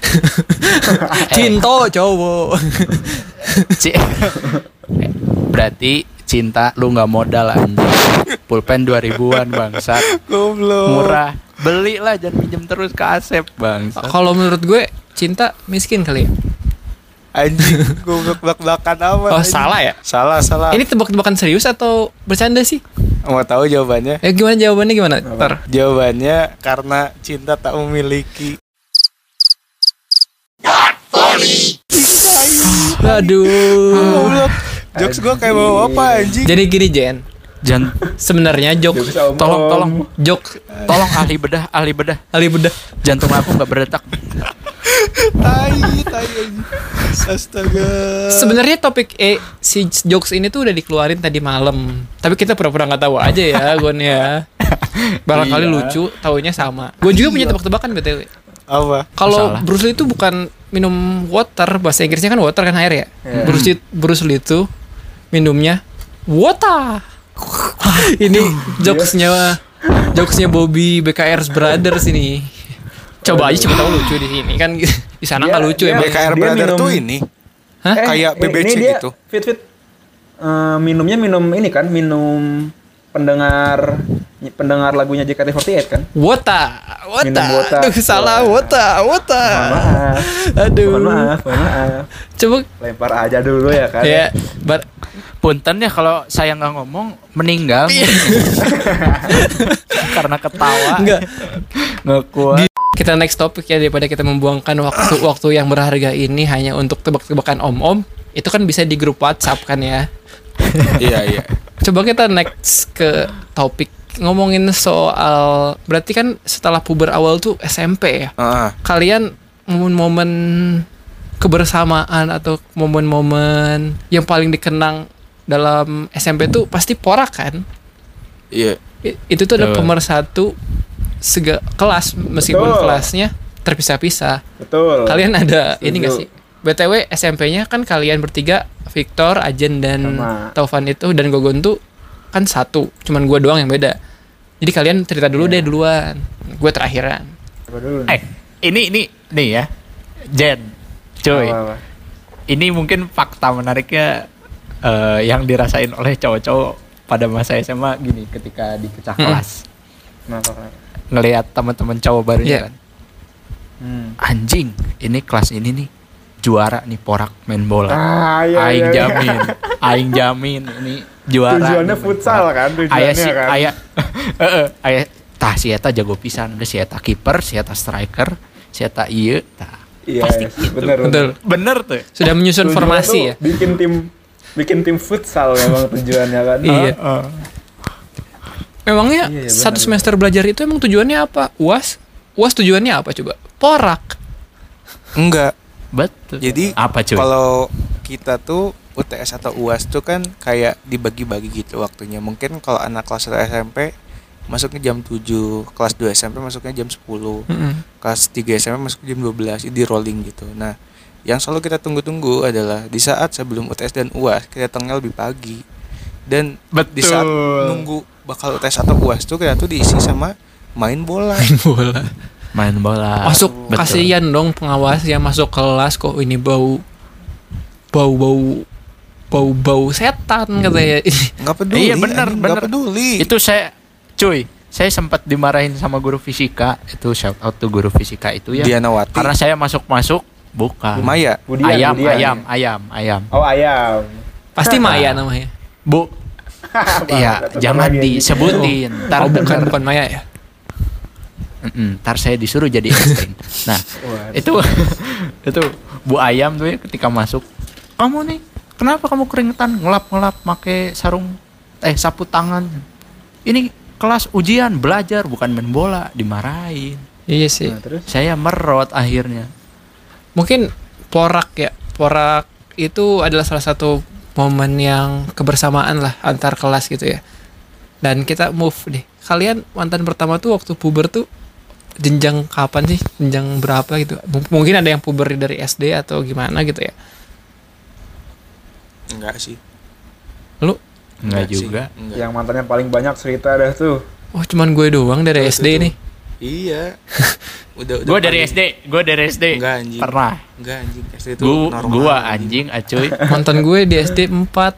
Cinta cowok. Ci- Eh, berarti Cinta lu nggak modal anjing. Pulpen dua ribuan bangsat. Goblok. Murah. Belilah jangan minjem terus ke Asep bangsat. Kalau menurut gue cinta miskin kali ya. Anjing, goblok belak-belakan amat. Oh anjing. salah ya. Salah, salah. Ini tebak-tebakan serius atau bercanda sih? Mau tahu jawabannya? Ya gimana jawabannya gimana? Ntar. Jawabannya karena cinta tak memiliki. Aduh. Goblok. Jokes gua kayak bawa apa anjing? Jadi gini Jen. Jangan Sebenarnya jok Bisa omong. tolong tolong jok tolong ahli bedah, ahli bedah. kali bedah. Jantung aku nggak berdetak. Tai, tai anjing. Astaga. Sebenarnya topik eh si jokes ini tuh udah dikeluarin tadi malam. Tapi kita pura-pura nggak tahu aja ya, Gon ya. Barangkali Iya. lucu, taunya sama. Gue juga punya tebak-tebakan B T W. Apa? Kalau Masalah. Bruce Lee itu bukan minum water, bahasa Inggrisnya kan water kan air ya. Iya. Bruce Lee, Bruce Lee itu minumnya water. Ini jokesnya jokesnya Bobby B K R Brothers ini. Coba aja coba tahu lucu di sini kan di sana nggak Dia- lucu dia- emang. B K R Dia Brother minum- tuh ini. Hah? Eh, Kayak eh, B B C ini dia gitu. Fit fit. Eh, minumnya minum ini kan, minum pendengar pendengar lagunya J K T empat delapan kan? Wota, wota, Minum wota. aduh salah, wota, wota. Mohon maaf. Aduh. Mohon maaf, mohon maaf. Coba Lempar aja dulu ya kan. ya, bar, Punten ya kalau saya nggak ngomong meninggal. Karena ketawa. enggak. Nggak kuat. Kita next topik ya, daripada kita membuangkan waktu-waktu yang berharga ini hanya untuk tebak-tebakan om-om. Itu kan bisa di grup WhatsApp kan ya. Iya, iya. Coba kita next ke topik ngomongin soal, berarti kan setelah puber awal tuh S M P ya. Heeh. Kalian momen-momen kebersamaan atau momen-momen yang paling dikenang dalam S M P tuh pasti porak kan? Iya. I- itu tuh adalah Betul. pemersatu sega kelas meskipun Betul. kelasnya terpisah-pisah. Betul. Kalian ada Setuju. ini gak sih? B T W S M P-nya kan kalian bertiga, Victor, Ajen dan Sama. Taufan itu dan Gogon tuh kan satu, cuman gue doang yang beda. Jadi kalian cerita dulu Iya. deh duluan, gue terakhiran. Apa dulu nih? Eh, ini ini nih ya. Jen. Cuy. Apa-apa? Ini mungkin fakta menariknya eh, yang dirasain oleh cowok-cowok pada masa S M A gini ketika di pecah Hmm. kelas. Kenapa, kenapa? Ngelihat teman-teman cowok barunya Iya. kan. Hmm. Anjing, ini kelas ini nih juara nih porak main bola. Ah, iya, aing iya, iya. jamin, aing jamin ini juara. Tujuannya nih main futsal porak. kan, tujuannya Aya si kan. aya heeh, aya tah si eta jago pisan, geus si eta kiper, si eta striker, si eta ieu tah. Iya, Pasti yes. gitu. bener, Betul. Bener tuh. Sudah menyusun Tujuan formasi tuh ya. Bikin tim bikin tim futsal memang tujuannya kan. Iya. Heeh. Memangnya Iya, iya, satu benar, semester belajar itu emang tujuannya apa? U A S? U A S tujuannya apa coba? Porak. Enggak. Betul. Jadi apa cuy? kalau kita tuh U T S atau U A S tuh kan kayak dibagi-bagi gitu waktunya. Mungkin kalau anak kelas satu S M P masuknya jam tujuh, kelas dua S M P masuknya jam sepuluh, Mm-mm. kelas tiga S M P masuknya jam dua belas, di rolling gitu. Nah, yang selalu kita tunggu-tunggu adalah di saat sebelum U T S dan U A S kita datangnya lebih pagi. Dan di saat Betul. nunggu bakal U T S atau U A S tuh kita tuh diisi sama main bola. Bola. Main bola. Masuk Betul. kasihan dong pengawas yang masuk kelas kok ini bau bau bau bau bau setan katanya. Nggak peduli. Iya bener anjing, bener. nggak peduli. Itu saya, cuy, saya sempat dimarahin sama guru fisika. Itu shout out to guru fisika itu ya. Dianawati. Karena saya masuk masuk bukan. Maya. Budian, ayam, Budian, ayam, ya? ayam, ayam. Oh, ayam. Pasti Maya namanya. Bu, iya, Tetep jangan lagi, anjing. disebutin. Ntar Oh bukan denger. bukan Maya ya. Mm-mm, ntar saya disuruh jadi Einstein. Nah, Waduh. itu itu Bu Ayam tuh ya ketika masuk, kamu nih kenapa kamu keringetan ngelap-ngelap make sarung eh sapu tangan, ini kelas ujian belajar bukan main bola, dimarahin. Iya sih. Nah, terus Saya merot akhirnya. Mungkin porak ya. Porak itu adalah salah satu momen yang kebersamaan lah antar kelas gitu ya. Dan kita move deh. Kalian mantan pertama tuh waktu puber tuh jenjang kapan sih? Jenjang berapa gitu? M- mungkin ada yang puber dari S D atau gimana gitu ya. Enggak sih. Lu Enggak sih, juga. enggak. yang mantannya paling banyak cerita dah tuh. oh cuman gue doang dari Tuh, S D tuh, tuh. nih. Iya. udah udah Gue dari paling- S D, gue dari S D. Enggak anjing. Pernah. Enggak anjing. S D itu Gua, normal. gua anjing, acuy. Mantan gue di S D empat.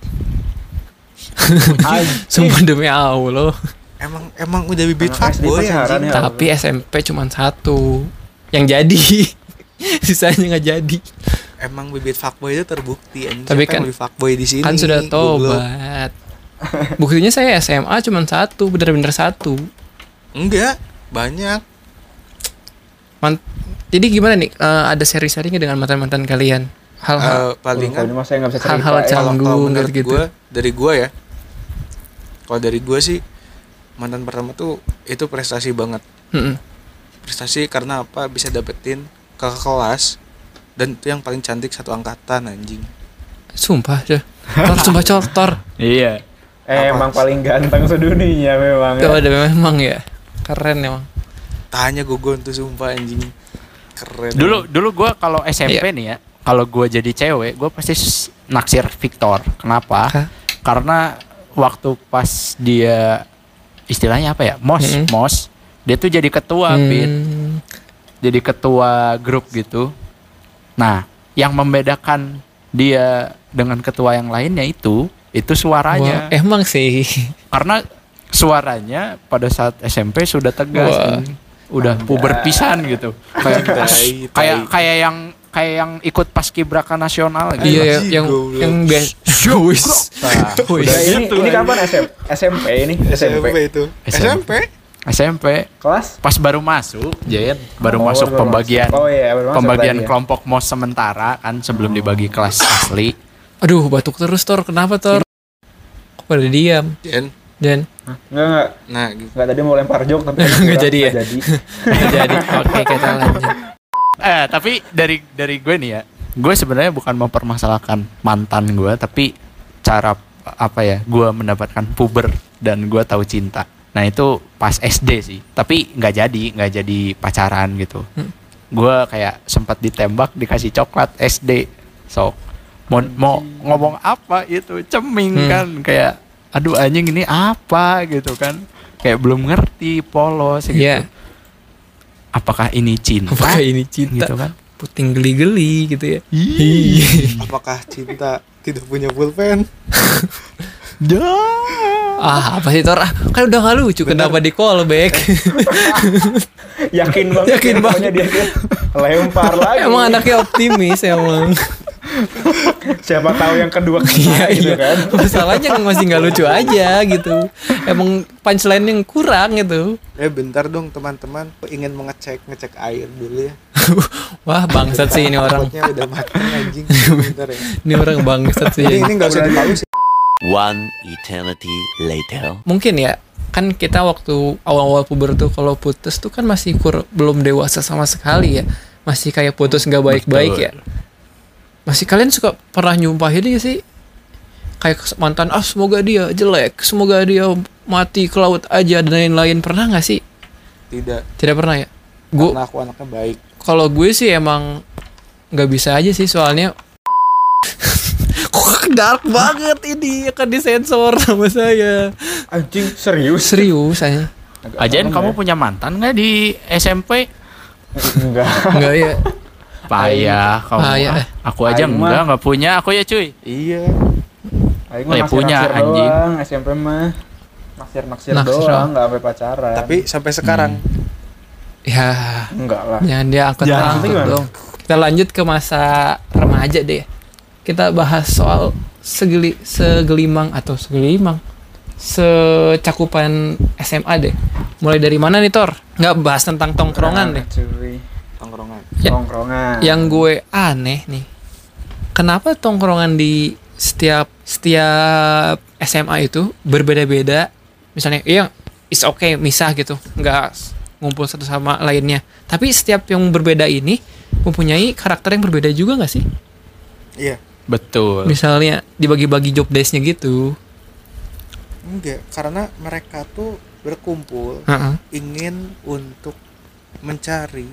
Sumpah demi Allah. Emang emang udah bibit Anak S D fuckboy pacaran anjing. ya. Tapi S M P cuman satu yang jadi. Sisanya nggak jadi. Emang bibit fuckboy itu terbukti anjing. Tapi Siapa yang kan- lebih fuckboy di sini. Kan sudah Goblok. tobat. Buktinya saya S M A cuman satu, bener-bener satu. Enggak, banyak. Man- Jadi gimana nih? eh, ada seri-serinya dengan mantan-mantan kalian? Hal-hal Eh, palingan Kalau ini mah saya nggak bisa cerita. hal-hal ya. cang- kalau kalau Canggung menurut gitu-gitu. gue dari gue ya, kalau dari gue sih mantan pertama tuh itu prestasi banget. Mm-mm. Prestasi karena apa, bisa dapetin kakak kelas dan itu yang paling cantik satu angkatan anjing. Sumpah, Cor. Tor, sumpah Cor, Tor. Iya. Eh, emang paling ganteng sedunia memang. Tuh Ya. ada memang ya. Keren emang. Tanya Gogon tuh sumpah anjing. Keren. Dulu dulu gue kalau S M P Iya. nih ya, kalau gue jadi cewek, gue pasti s- naksir Victor. Kenapa? Hah? Karena waktu pas dia istilahnya apa ya, mos, Mm-mm. mos, dia tuh jadi ketua, Pin. Hmm, Jadi ketua grup gitu. Nah, yang membedakan dia dengan ketua yang lainnya itu, itu suaranya. wah, emang sih. Karena suaranya pada saat S M P sudah tegas, Wah. anjing. Udah puber pisan gitu. Kayak Tai, tai. kayak kayak yang kayak yang ikut paskibraka nasional gitu. Iya, Anjing, yang goblok. yang biasa. Wis. Nah, Wis. Nah, ini, gitu, ini anjing. kapan S M S M P ini? S M P. itu. S S M M P. S M P Kelas? pas baru masuk, Jen, baru Oh, masuk baru pembagian masuk. Oh iya, baru masuk pembagian tadi ya. kelompok mos sementara kan sebelum dibagi kelas asli. Aduh, batuk terus Tor. Kenapa Tor? Kok pada diam? Dan Dan Enggak, enggak. nah gitu. Enggak, tadi mau lempar joke tapi Nggak jadi ya? Nggak jadi. jadi oke kita lanjut. Eh, tapi dari dari gue nih ya, gue sebenarnya bukan mempermasalahkan mantan gue, tapi cara apa ya, gue mendapatkan puber dan gue tahu cinta. Nah itu pas S D sih, tapi nggak jadi, nggak jadi pacaran gitu. Hmm. Gue kayak sempat ditembak, dikasih coklat S D, sok mau mau ngomong apa itu, ceming hmm. kan, kayak aduh anjing ini apa gitu kan, kayak belum ngerti, polos gitu. Yeah. Apakah ini cinta? Apakah ini cinta? Gitu kan? Puting geli-geli gitu ya. Apakah cinta tidak punya pulpen? Ah, apa sih Tor? Kan udah gak lucu. Bener. Kenapa di callback? Yakin banget. Yakin banget dia lempar lagi. Emang anaknya optimis emang. Siapa tahu yang kedua kena iya, gitu iya. kan. Masalahnya masih gak lucu aja gitu. Emang punchline yang kurang gitu. Eh bentar dong teman-teman, ingin mengecek ngecek air dulu ya. Wah bangsat sih ini orang. Takutnya udah mati anjing. Bentar ya. Ini orang bangsat sih. Ini, ini gak usah dipalu sih. One eternity later. Mungkin ya, kan kita waktu awal-awal puber tuh kalau putus tuh kan masih kur- belum dewasa sama sekali ya. Masih kayak putus gak baik-baik ya. Masih kalian suka pernah nyumpahin ya sih? Kayak mantan, ah semoga dia jelek, semoga dia mati ke laut aja dan lain-lain. Pernah gak sih? Tidak. Tidak pernah ya? Gua, karena aku anaknya baik. Kalau gue sih emang gak bisa aja sih, soalnya kok dark banget ini, akan disensor sama saya. Anjing, serius? Serius aja. Ajain kamu ya? Punya mantan gak di S M P? Enggak. Enggak ya. Payah kamu. Payah. Ah, aku aja Aing enggak, enggak punya aku ya cuy. Iya. Aing mah punya anjing. Doang, S M P mah naksir-naksir doang, enggak sampai pacaran. Tapi sampai sekarang hmm. Ya enggak lah. Jangan dia angkat-angkat dong. Kita lanjut ke masa remaja deh. Kita bahas soal segeli, segelimang atau segelimang secakupan S M A deh. Mulai dari mana nih Tor? Nggak bahas tentang tongkrongan deh. Tongkrongan. Ya, tongkrongan. Yang gue aneh nih, kenapa tongkrongan di setiap setiap S M A itu berbeda-beda? Misalnya, iya, it's okay misah gitu, nggak ngumpul satu sama lainnya. Tapi setiap yang berbeda ini mempunyai karakter yang berbeda juga nggak sih? Iya. Betul. Misalnya dibagi-bagi job desk-nya gitu. Enggak, karena mereka tuh berkumpul uh-uh. ingin untuk mencari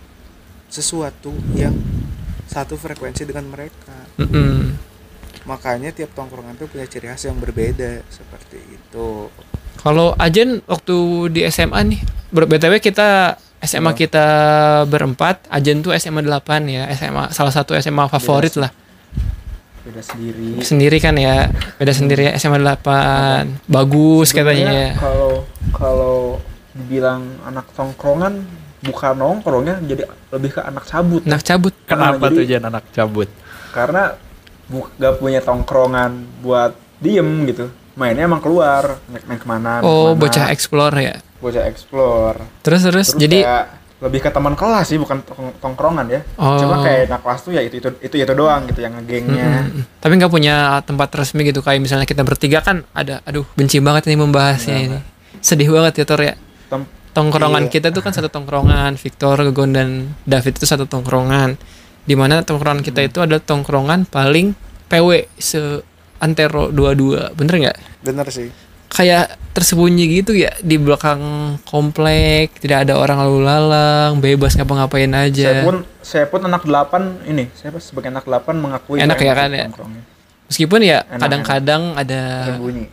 sesuatu yang satu frekuensi dengan mereka. Uh-uh. Makanya tiap tongkrongan tuh punya ciri khas yang berbeda seperti itu. Kalau Ajen waktu di S M A nih, B T W kita S M A oh. kita berempat, Ajen tuh S M A delapan ya, S M A salah satu S M A favorit beda, lah. Beda sendiri. Sendiri kan ya, beda sendiri ya, S M A delapan. Okay. Bagus sebenarnya katanya ya. Kalau kalau dibilang anak tongkrongan bukan nongkrongnya, jadi lebih ke anak cabut. Anak cabut. Kenapa nah, tuh Jen anak cabut? Karena bu- gak punya tongkrongan buat diem gitu. Mainnya emang keluar, main, main kemana, main oh kemana. Bocah explore ya. Bocah explore. Terus terus, terus jadi kayak lebih ke teman kelas sih, bukan tong- tongkrongan ya. Oh. Cuma kayak anak kelas tuh ya itu itu itu itu doang gitu yang ngegengnya. Mm-hmm. Tapi nggak punya tempat resmi gitu, kayak misalnya kita bertiga kan ada, aduh benci banget ini membahasnya nah, ini. Sedih banget ya Tor ya. Tem- tongkrongan iya. Kita tuh kan satu tongkrongan, Victor, Gegon dan David itu satu tongkrongan. Dimana tongkrongan kita hmm. itu adalah tongkrongan paling P W se antero dua-dua, bener nggak? Bener sih. Kayak tersembunyi gitu ya di belakang komplek, tidak ada orang lalu lalang, bebas ngapa-ngapain aja. Saya pun saya pun anak delapan ini, saya sebagai anak delapan mengakui enak ya kan ya. Meskipun ya enak, kadang-kadang enak. ada tersembunyi.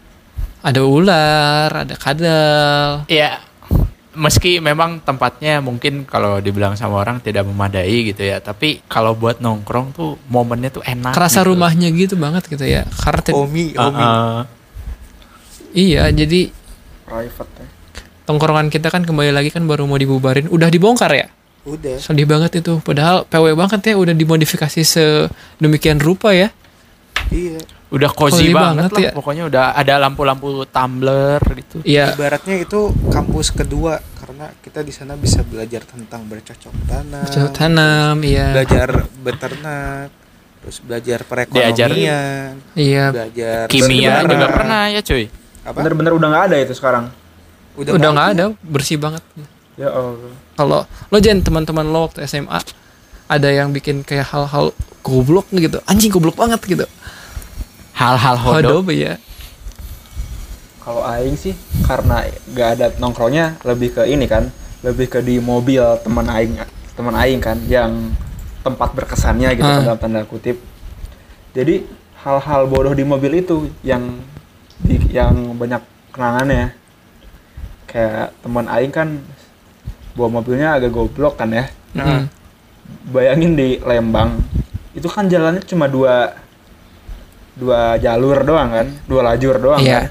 Ada ular, ada kadal. Ya, meski memang tempatnya mungkin kalau dibilang sama orang tidak memadai gitu ya, tapi kalau buat nongkrong tuh momennya tuh enak. Kerasa gitu. Rumahnya gitu banget gitu ya. Karena te- Omi, Omi. Uh-uh. Iya, jadi private ya. Tongkrongan kita kan kembali lagi kan baru mau dibubarin, udah dibongkar ya? Udah. Sedih banget itu. Padahal P W banget ya, udah dimodifikasi sedemikian rupa ya. Iya. Udah cozy, cozy banget, banget lah. Ya. Pokoknya udah ada lampu-lampu tumbler gitu. Iya. Ibaratnya itu kampus kedua karena kita di sana bisa belajar tentang bercocok tanam. Bercocok tanam, iya. Belajar beternak, terus belajar perekonomian. Iya. Belajar kimia juga pernah ya, cuy. Apa? Bener-bener udah nggak ada itu sekarang. Udah udah nggak ada, bersih banget. Ya Allah. Kalau lo Jen, teman-teman lo waktu S M A ada yang bikin kayak hal-hal goblok gitu, anjing goblok banget gitu. Hal-hal hodo. Hodo ya. Kalau aing sih karena gak ada nongkrongnya lebih ke ini kan, lebih ke di mobil teman aing, teman aing kan yang tempat berkesannya gitu Ah. dalam tanda kutip. Jadi hal-hal bodoh di mobil itu yang di, yang banyak kenangannya. Kayak teman aing kan bawa mobilnya agak goblok kan ya. Mm. Bayangin di Lembang itu kan jalannya cuma dua dua jalur doang kan, dua lajur doang Iya. kan.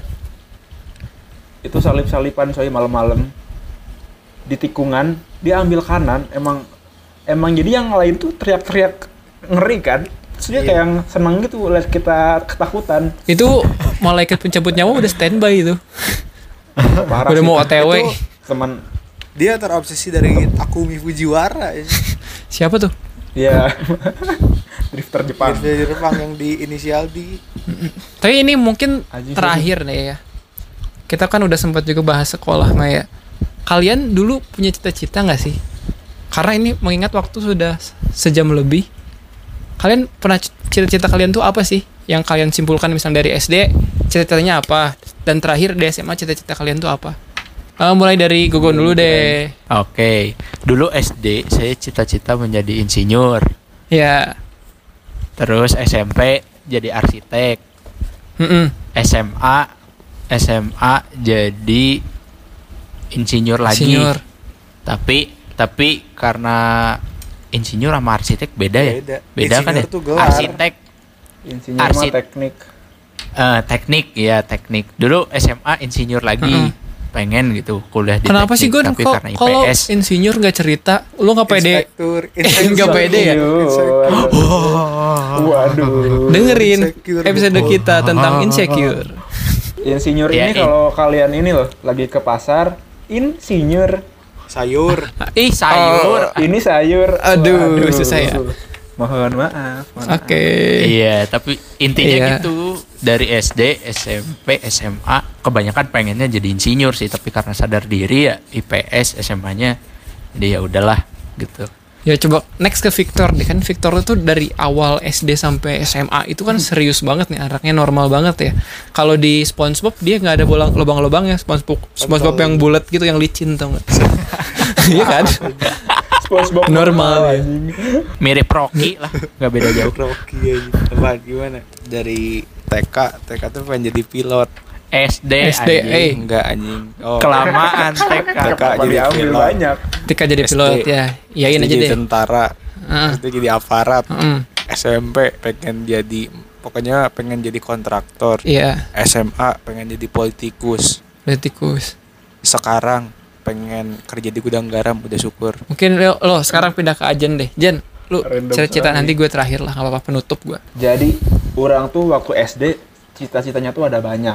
Itu salip-salipan coy malam-malam di tikungan dia ambil kanan, emang emang jadi yang lain tuh teriak-teriak ngeri kan. Terus dia kayak yang seneng gitu lihat kita ketakutan. Itu malaikat pencabut nyawa udah standby itu. Parah Udah sih. mau O T W. Itu Teman dia terobsesi dari Takumi Fujiwara ya. Siapa tuh? ya drifter Jepang. Dari Jepang yang di inisial D. Tapi ini mungkin Aji terakhir nih ya. Kita kan udah sempat juga bahas sekolah Maya. Kalian dulu punya cita-cita nggak sih? Karena ini mengingat waktu sudah sejam lebih. Kalian pernah cita-cita kalian tuh apa sih? Yang kalian simpulkan misalnya dari S D, cita-citanya apa? Dan terakhir di S M A cita-cita kalian tuh apa? Eh, mulai dari Gogon dulu deh. Oke, dulu S D saya cita-cita menjadi insinyur. Ya. Terus S M P jadi arsitek. Mm-mm. S M A S M A jadi insinyur lagi. Insinyur. Tapi tapi karena insinyur sama arsitek beda ya? Beda. Beda kan ya? Insinyur tuh gelar. Arsitek Insinyur mah Arsit- teknik. eh, teknik ya teknik. Dulu S M A insinyur lagi. Mm-mm. Pengen gitu kuliah di Kenapa sih teknik, Gon? tapi Kok- karena Kalau I P S. insinyur nggak cerita, lu nggak pede? Inspektur, Nggak pede ya? Waduh. Dengerin Insecure. episode kita tentang insecure. Insinyur Ya, ini in- kalau kalian ini loh lagi ke pasar, insinyur. sayur. Ih sayur. Ini sayur. Aduh, susah ya. Mohon maaf. mohon maaf. Oke. Iya, tapi intinya Iya. gitu dari S D, S M P, S M A kebanyakan pengennya jadi insinyur sih, tapi karena sadar diri ya I P S, S M A-nya jadi ya udahlah gitu. Ya coba next ke Victor deh, kan Victor itu dari awal S D sampai S M A itu kan serius banget nih, anaknya normal banget ya. Kalau di SpongeBob dia nggak ada bolang lubang-lubangnya, SpongeBob SpongeBob yang bulat gitu yang licin tau nggak? Iya kan? SpongeBob Normal ya. anjing. Mirip Rocky lah, nggak beda jauh. Rocky aja. Apa gimana? Dari T K, T K tuh pengen jadi pilot. S D, S D, anjing. eh. Enggak anjing. Oh, Kelamaan T K. T K Kenapa jadi diambil pilot. banyak. Ketika jadi S D. pilot ya, iyain S D aja jadi deh. tentara. Heeh. S D jadi aparat. Heeh. S M P pengen jadi pokoknya pengen jadi kontraktor. Iya, S M A pengen jadi politikus. politikus. Sekarang pengen kerja di gudang garam, udah syukur. Mungkin lo, lo sekarang pindah ke Ajen deh. Jen, lu Random cerita sekali. nanti gue terakhir lah, nggak apa-apa penutup gue. Jadi orang tuh waktu S D cita-citanya tuh ada banyak,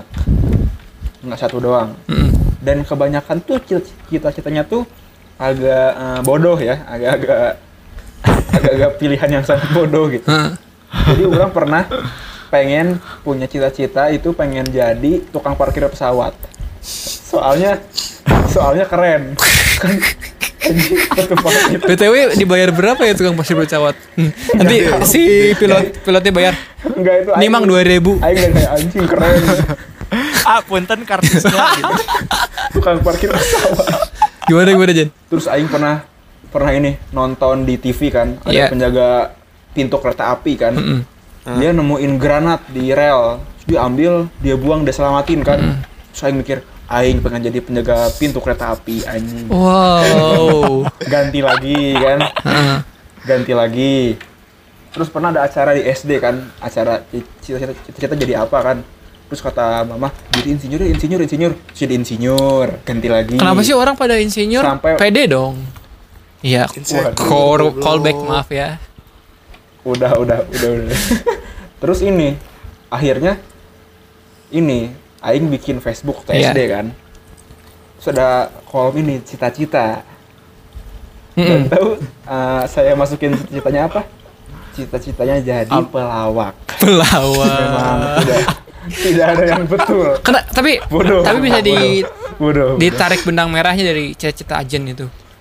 nggak satu doang. Mm-mm. Dan kebanyakan tuh cita- cita-citanya tuh agak eh, bodoh ya, agak-agak agak-agak pilihan yang sangat bodoh gitu. Heeh. Jadi orang pernah pengen punya cita-cita itu pengen jadi tukang parkir pesawat. Soalnya soalnya keren. Kan anjing, tukang parkir. B T W dibayar berapa ya tukang pasir pesawat? Hmm. Nanti si pilot pilotnya bayar. Enggak itu Ini mang dua ribu. Aing udah kayak anjing keren. Ah, punten kartusnya gitu. Tukang parkir pesawat. Gimana gimana Jen? Terus aing pernah pernah ini nonton di T V kan, ada Iya. penjaga pintu kereta api kan. Mm-mm. Dia nemuin granat di rel. Terus dia ambil, dia buang, dia selamatin kan. Terus aing mikir, aing pengen jadi penjaga pintu kereta api anjing. Wow. Ganti lagi kan. Heeh. Ganti lagi. Terus pernah ada acara di S D kan, acara cita-cita cita-cita jadi apa kan. Terus kata mama, jadi insinyur ya, insinyur, insinyur. Terus jadi insinyur, ganti lagi. Kenapa sih orang pada insinyur? Sampai- Pede dong. Iya, Insecure, call, goblok. callback maaf ya. Udah, udah, udah, udah. Terus ini, akhirnya ini, aing bikin Facebook ke Iya. S D kan. Terus ada kolom ini, cita-cita. Mm-mm. Dan tahu eh, saya masukin cita-citanya apa? Cita-citanya jadi pelawak. Memang Pelawak. tidak, tidak ada yang betul. Kena, tapi Bodoh. tapi bisa di Bodoh. Bodoh. ditarik benang merahnya dari cita-cita Ajen itu.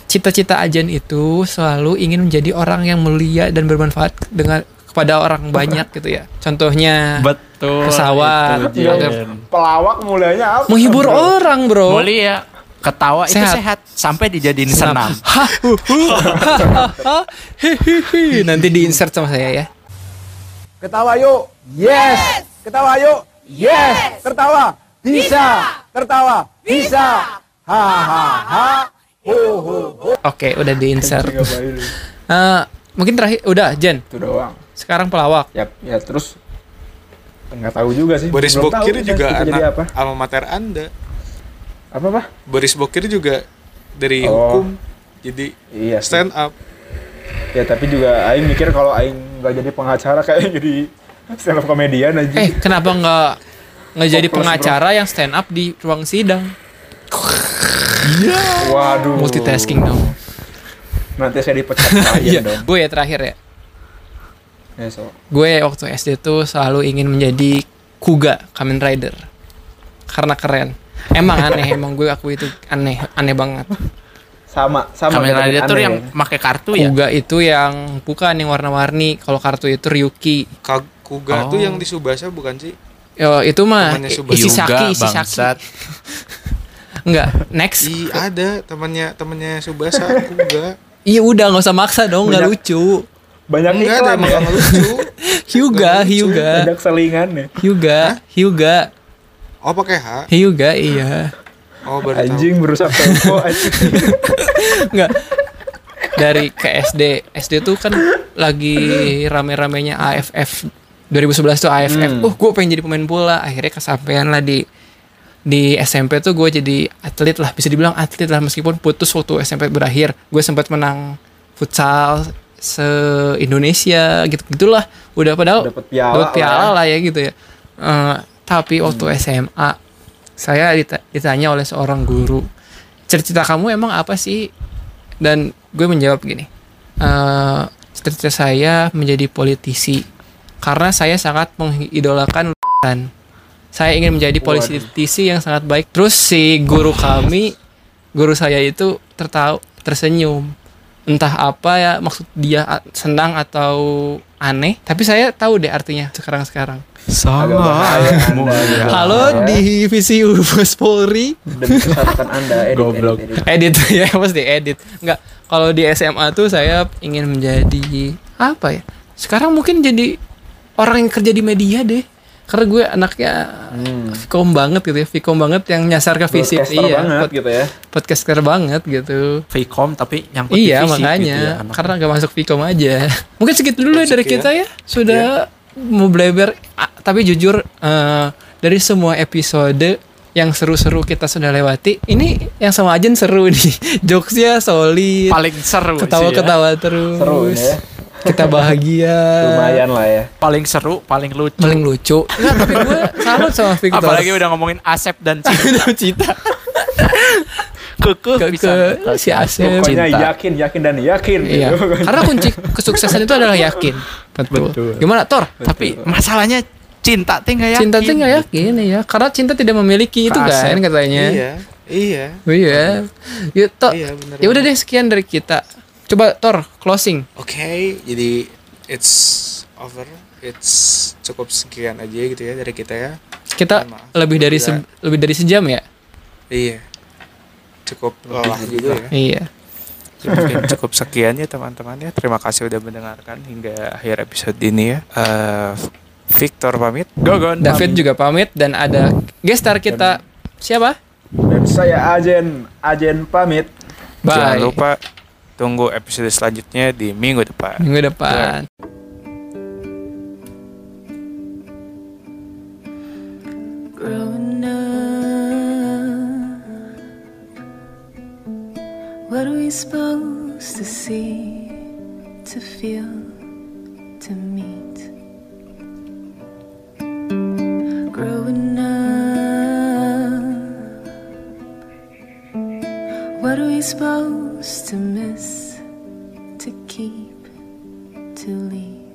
cita-cita Ajen itu selalu ingin menjadi orang yang mulia dan bermanfaat dengan kepada orang banyak gitu ya. Contohnya Betul. ke sawah, itu, Jen. agar Pelawak mulanya apa? menghibur orang, bro. Mulia, ketawa Sehat. itu sehat sampai dijadiin senam. Hehehe. Nanti di-insert sama saya ya. Ketawa yuk. Yes. Ketawa yuk. Yes. Tertawa. Bisa. Tertawa. Bisa. Ha ha ha. Ho ho ho. Oke, udah di-insert. Eh, mungkin terakhir udah Jen. Itu doang. Sekarang pelawak. Ya, ya terus nggak tahu juga sih. Boris Belum tahu Bokir saya juga cita-cita jadi anak apa? alma mater Anda. Apa apa? Boris Bokir juga dari Oh. hukum jadi Iya. sih. stand up. Ya tapi juga Aing mikir kalau Aing nggak jadi pengacara kayak jadi stand up komedian aja. Eh, kenapa nggak nggak jadi Hopeless, pengacara yang stand up di ruang sidang? Waduh. Multitasking dong. Nanti saya dipecat klien dong. Gue ya terakhir ya. Ya, so. Gue waktu S D tuh selalu ingin menjadi Kuga, Kamen Rider. Karena keren. Emang aneh, emang gue aku itu aneh, aneh banget. Sama, sama. Kamen kita Rider tuh aneh yang ya. pakai kartu ya. Kuga itu yang bukan yang warna-warni. Kalau kartu itu Ryuki. Kag Kuga Oh. tuh yang di Subasa bukan sih? Yo, itu mah Temannya Subasa. Isisaki, Yuga, Isisaki. bangsat. Enggak, next. Ih, ada temannya temannya Subasa Kuga. Iya udah nggak usah maksa dong, nggak Banyak- lucu. Banyak Enggak ada iklan emang ya. nggak lucu. Hyuga, Nggak lucu. Hyuga, Banyak selingan ya. Hyuga, Hyuga, Oh pakai H. Hyuga, iya. Oh baru tahu. Anjing berusaha tempo anjing. Enggak. Dari ke S D, S D tuh kan lagi rame-ramenya A F F. dua ribu sebelas tuh A F F. Hmm. Uh, gue pengen jadi pemain bola. Akhirnya kesampaian lah di di S M P tuh gue jadi atlet lah, bisa dibilang atlet lah meskipun putus waktu S M P berakhir. Gue sempat menang futsal se-Indonesia gitu gitulah. Udah padahal Dapat piala dapat piala lah lah ya gitu ya. Eh, tapi waktu S M A saya dita- ditanya oleh seorang guru, cita-cita kamu emang apa sih? Dan gue menjawab gini, eh cita-cita saya menjadi politisi karena saya sangat mengidolakan dan saya ingin menjadi politisi yang sangat baik. Terus si guru kami, guru saya itu tertawa, tersenyum. Entah apa ya maksud dia, a- senang atau aneh. Tapi saya tahu deh artinya sekarang-sekarang. Agak bahaya Anda. Iya. Halo di divisi Humas Polri. Demi kesehatan Anda edit, Goblok. edit, edit. Edit ya, pasti edit. Enggak, kalau di S M A tuh saya ingin menjadi apa ya? Sekarang mungkin jadi orang yang kerja di media deh. Karena gue anaknya Hmm. Vkom banget gitu ya, Vkom banget yang nyasar ke fisip. Broadcaster Iya, banget pod- gitu ya. podcaster banget gitu. Vcom tapi nyangkut Iya di fisip makanya, gitu ya, anaknya. karena gak masuk Vkom aja. Mungkin segitu dulu ya dari Sekian. kita ya. Sudah mau bleber, ah, tapi jujur eh, dari semua episode yang seru-seru kita sudah lewati, ini yang sama Ajen seru nih. Jokesnya solid, paling seru sih ya. ketawa-ketawa terus. Seru ini ya. Kita bahagia. Lumayan lah ya. Paling seru, paling lucu. Paling lucu. Enggak, tapi gue salut sama Victor. Apalagi udah ngomongin Asep dan Cinta. Cinta. Kekeh Ke, bisa. ke si Asep. Pokoknya Cinta. yakin, yakin dan yakin Iya. gitu. Karena kunci kesuksesan itu adalah yakin. Betul. Betul. Gimana, Tor? Tapi masalahnya cinta teh nggak yakin. Cinta tuh nggak yakin ya, karena cinta tidak memiliki itu kan Asep. katanya. Iya, iya. Oh, iya. Ya, Tor. Iya, bener Ya udah banget. deh sekian dari kita. Coba Tor closing. Oke, jadi it's over. It's cukup sekian aja gitu ya dari kita ya. Kita Mohon maaf. lebih dari Udah. se- lebih dari sejam ya. Iya. Cukup lelah juga ya. Iya. Ya, mungkin cukup sekian ya teman-teman ya. Terima kasih udah mendengarkan hingga akhir episode ini ya. Eh, Victor pamit. Gogon. David juga pamit dan ada gestar kita siapa? Dan saya Ajen, Ajen pamit. Jangan Bye. lupa tunggu episode selanjutnya di minggu depan. Minggu depan. Growing up, what are we supposed to see, to feel, to meet? Growing up, what are we supposed to miss, to keep, to leave?